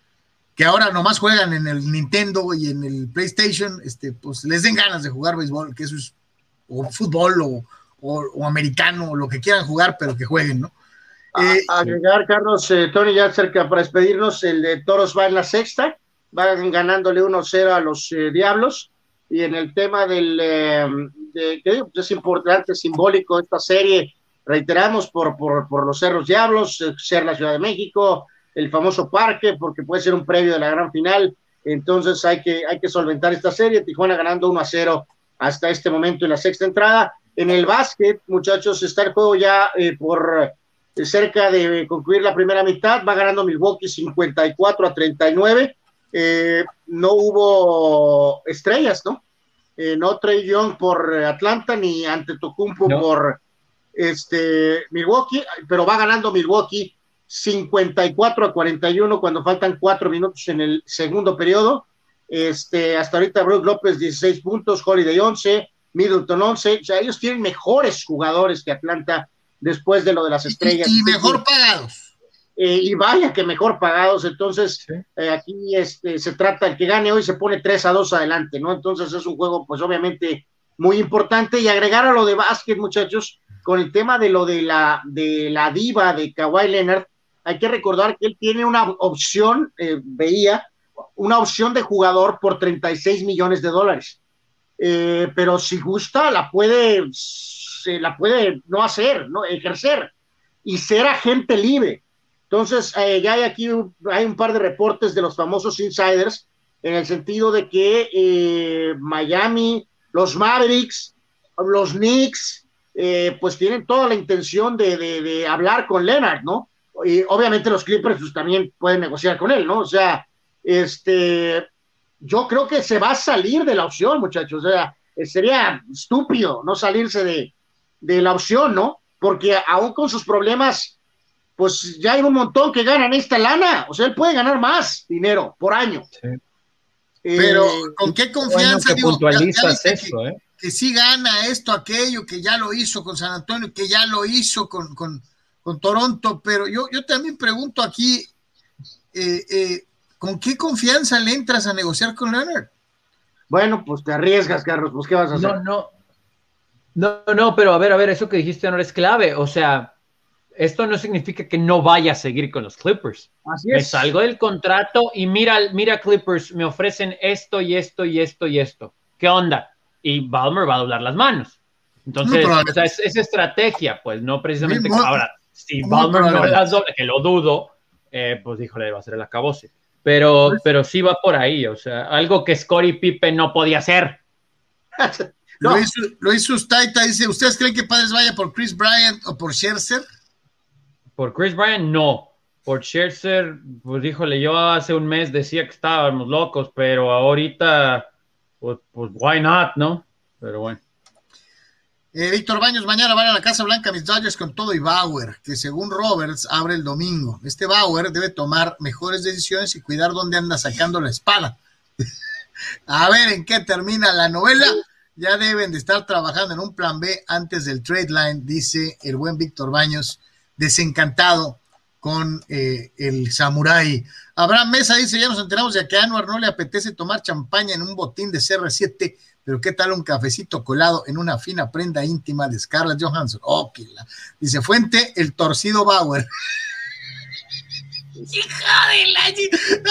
que ahora nomás juegan en el Nintendo y en el PlayStation, este, pues les den ganas de jugar béisbol, que eso es, o fútbol, o O, o americano, o lo que quieran jugar, pero que jueguen, ¿no? Eh, a agregar, Carlos, eh, Tony, ya cerca para despedirnos, el de Toros va en la sexta, van ganándole uno cero a los eh, Diablos, y en el tema del, eh, de, que es importante, simbólico esta serie, reiteramos, por, por, por los Cerros Diablos, eh, ser la Ciudad de México, el famoso parque, porque puede ser un previo de la gran final, entonces hay que, hay que solventar esta serie, Tijuana ganando uno a cero hasta este momento en la sexta entrada. En el básquet, muchachos, está el juego ya eh, por eh, cerca de concluir la primera mitad, va ganando Milwaukee cincuenta y cuatro a treinta y nueve, eh, no hubo estrellas, ¿no? Eh, no Trae Young por Atlanta, ni Antetokounmpo no. por este, Milwaukee, pero va ganando Milwaukee cincuenta y cuatro a cuarenta y uno cuando faltan cuatro minutos en el segundo periodo. Este, hasta ahorita Brook López dieciséis puntos, Holiday once, Middleton once, o sea, ellos tienen mejores jugadores que Atlanta después de lo de las estrellas. Y, y mejor pagados. Eh, y vaya que mejor pagados, entonces sí. eh, aquí este, se trata, el que gane hoy se pone tres a dos adelante, ¿no? Entonces es un juego, pues obviamente muy importante. Y agregar a lo de básquet, muchachos, con el tema de lo de la, de la diva de Kawhi Leonard, hay que recordar que él tiene una opción, eh, veía, una opción de jugador por treinta y seis millones de dólares. Eh, pero si gusta, la puede, se la puede no hacer, no ejercer y ser agente libre. Entonces, eh, ya hay aquí hay un par de reportes de los famosos insiders en el sentido de que eh, Miami, los Mavericks, los Knicks, eh, pues tienen toda la intención de, de, de hablar con Leonard, ¿no? Y obviamente los Clippers pues, también pueden negociar con él, ¿no? O sea, este, yo creo que se va a salir de la opción, muchachos. O sea, sería estúpido no salirse de, de la opción, ¿no? Porque aún con sus problemas, pues ya hay un montón que ganan esta lana. O sea, él puede ganar más dinero por año. Sí. Eh, Pero ¿con qué confianza? Bueno, que digo, puntualizas ya, ya eso, que, ¿eh? que sí gana esto, aquello, que ya lo hizo con San Antonio, que ya lo hizo con, con, con Toronto, pero yo, yo también pregunto aquí, eh, eh, ¿con qué confianza le entras a negociar con Leonard? Bueno, pues te arriesgas, Carlos, pues ¿qué vas a hacer? No, no, no, no, pero a ver, a ver, eso que dijiste no es clave, o sea, esto no significa que no vaya a seguir con los Clippers. Así Me es. salgo del contrato y mira, mira Clippers, me ofrecen esto y esto y esto y esto. ¿Qué onda? Y Ballmer va a doblar las manos. Entonces, o sea, es, es estrategia, pues, no precisamente. Muy, ahora, si muy Ballmer no las dobla, que lo dudo, eh, pues, híjole, va a ser el acabose. Pero, pero sí va por ahí, o sea, algo que Scottie Pippen no podía hacer. No. No. Luis, Luis Sustaita dice, ¿ustedes creen que Padres vaya por Chris Bryant o por Scherzer? Por Chris Bryant, no. Por Scherzer, pues híjole, yo hace un mes decía que estábamos locos, pero ahorita, pues, pues why not, ¿no? Pero bueno. Eh, Víctor Baños, mañana van a la Casa Blanca mis Dodgers con todo y Bauer, que según Roberts abre el domingo. Este Bauer debe tomar mejores decisiones y cuidar dónde anda sacando la espada. A ver en qué termina la novela. Ya deben de estar trabajando en un plan B antes del trade line, dice el buen Víctor Baños, desencantado con eh, el samurái. Abraham Mesa dice, ya nos enteramos de que a Anwar no le apetece tomar champaña en un botín de C R siete, pero qué tal un cafecito colado en una fina prenda íntima de Scarlett Johansson. Oh, que la... Dice, fuente, el torcido Bauer. Hija de la...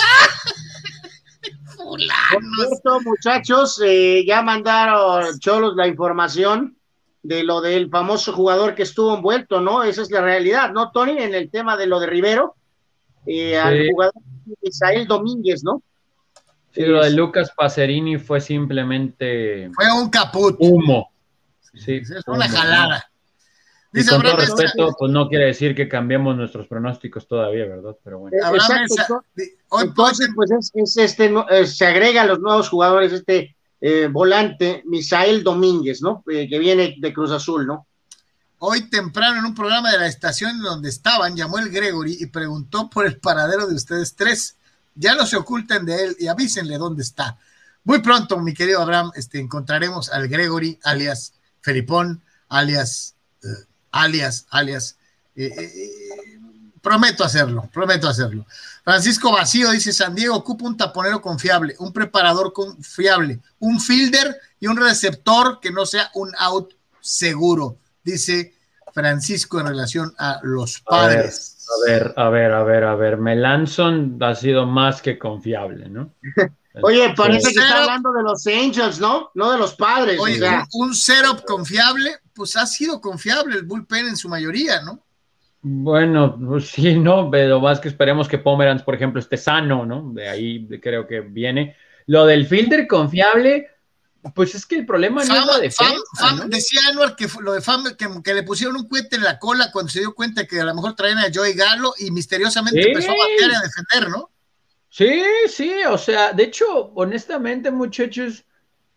Por cierto, muchachos, eh, ya mandaron Cholos la información de lo del famoso jugador que estuvo envuelto, ¿no? Esa es la realidad, ¿no, Tony? En el tema de lo de Rivero, eh, sí. Al jugador Isael Domínguez, ¿no? Sí, es... lo de Lucas Pacerini fue simplemente... Fue un caput. Humo. Sí, es una humo, jalada. Y Dice con Abraham todo respeto, Mesa, pues no quiere decir que cambiemos nuestros pronósticos todavía, ¿verdad? Pero bueno. Exacto. Mesa, entonces, pues es, es este, eh, se agregan los nuevos jugadores, este eh, volante, Misael Domínguez, ¿no? Eh, que viene de Cruz Azul, ¿no? Hoy temprano en un programa de la estación donde estaban, llamó el Gregory y preguntó por el paradero de ustedes tres. Ya no se oculten de él y avísenle dónde está. Muy pronto, mi querido Abraham, este, encontraremos al Gregory, alias Felipón, alias... Uh, alias, alias, eh, eh, prometo hacerlo, prometo hacerlo. Francisco Vacío dice, San Diego ocupa un taponero confiable, un preparador confiable, un fielder y un receptor que no sea un out seguro, dice Francisco en relación a los Padres. A ver, a ver, a ver, a ver, Melanson ha sido más que confiable, ¿no? Oye, parece que está hablando de los Angels, ¿no? No de los Padres. Oye, o sea. un, un setup confiable, pues ha sido confiable el bullpen en su mayoría, ¿no? Bueno, pues sí, ¿no? Pero más que esperemos que Pomeranz, por ejemplo, esté sano, ¿no? De ahí creo que viene. Lo del fielder confiable, pues es que el problema Fama, no es la defensa, Fam, Fam, ¿no? Decía Anwar que lo de Fam, que, que le pusieron un cohete en la cola cuando se dio cuenta que a lo mejor traían a Joey Gallo y misteriosamente sí. empezó a batear y a defender, ¿no? Sí, sí, o sea, de hecho, honestamente, muchachos,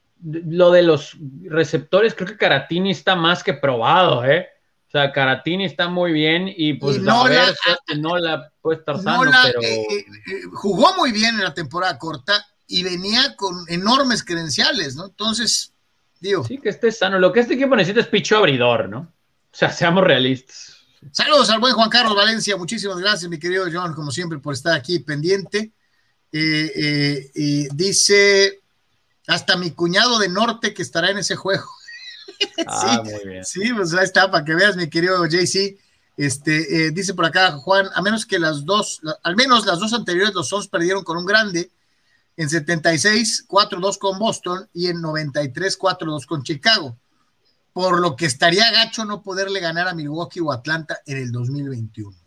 lo de los receptores, creo que Caratini está más que probado, ¿eh? O sea, Caratini está muy bien y pues y no a ver, la, no la puede estar sano, no la, pero... Eh, eh, jugó muy bien en la temporada corta y venía con enormes credenciales, ¿no? Entonces, digo... Sí, que esté sano. Lo que este equipo necesita es picho abridor, ¿no? O sea, seamos realistas. Saludos al buen Juan Carlos Valencia. Muchísimas gracias, mi querido John, como siempre, por estar aquí pendiente. Eh, eh, eh, dice hasta mi cuñado de norte que estará en ese juego. Ah, sí, muy bien. sí, pues ahí está, para que veas, mi querido J C. Este, eh, dice por acá Juan, a menos que las dos, la, al menos las dos anteriores, los Suns perdieron con un grande, en setenta y seis, cuatro dos con Boston, y en noventa y tres, cuatro dos con Chicago, por lo que estaría gacho no poderle ganar a Milwaukee o Atlanta en el dos mil veintiuno.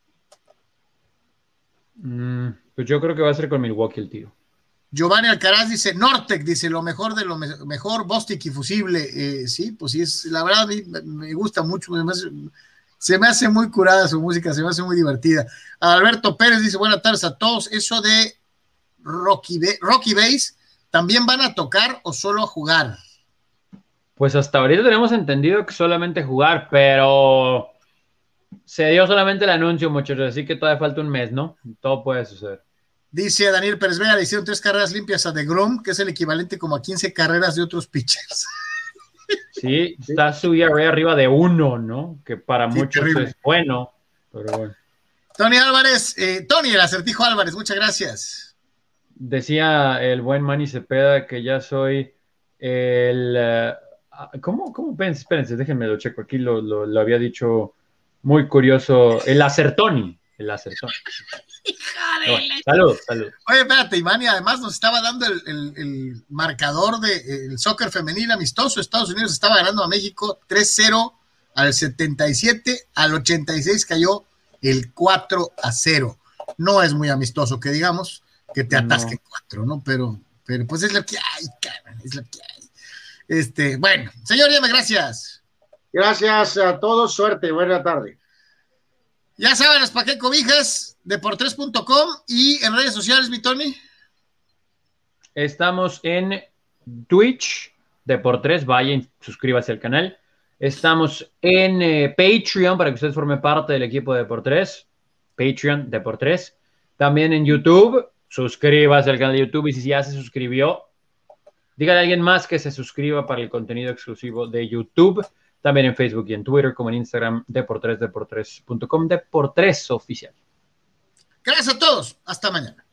Mm, pues yo creo que va a ser con Milwaukee el tío. Giovanni Alcaraz dice, Nortec, dice, lo mejor de lo me mejor, Bostic y fusible. Eh, sí, pues sí, es, la verdad a mí me gusta mucho, me hace, se me hace muy curada su música, se me hace muy divertida. Alberto Pérez dice, buenas tardes a todos, eso de Rocky, Rocky Base, ¿también van a tocar o solo a jugar? Pues hasta ahorita tenemos entendido que solamente jugar, pero se dio solamente el anuncio, muchachos, así que todavía falta un mes, ¿no? Todo puede suceder. Dice Daniel Pérez Vega, le hicieron tres carreras limpias a DeGrom, que es el equivalente como a quince carreras de otros pitchers. Sí, está su E R A arriba de uno, ¿no? Que para sí, muchos terrible. Es bueno, pero bueno. Tony Álvarez, eh, Tony, el acertijo Álvarez, muchas gracias. Decía el buen Manny Cepeda que ya soy el... Uh, ¿Cómo? ¿Cómo? Espérense, espérense, déjenme lo checo. Aquí lo, lo, lo había dicho muy curioso. El acertoni. El acertoni. Bueno, salud, salud. Oye, espérate, Iván, y además nos estaba dando el, el, el marcador del de, soccer femenil amistoso. Estados Unidos estaba ganando a México tres cero al setenta y siete, al ochenta y seis cayó el cuatro a cero. No es muy amistoso, que digamos, que te atasque no. cuatro, ¿no? Pero, pero pues es lo que hay, cabrón, es lo que hay. Este, bueno, señor Yeme, gracias. Gracias a todos, suerte, buena tarde. Ya saben, ¿para qué cobijas? Deportres punto com y en redes sociales, mi Tony. Estamos en Twitch, Deportres, vayan, suscríbase al canal. Estamos en eh, Patreon para que usted forme parte del equipo de Deportres. Patreon, Deportres. También en YouTube, suscríbase al canal de YouTube y si ya se suscribió, dígale a alguien más que se suscriba para el contenido exclusivo de YouTube. También en Facebook y en Twitter, como en Instagram, Deportres, Deportres punto com, Deportres Oficial. Gracias a todos. Hasta mañana.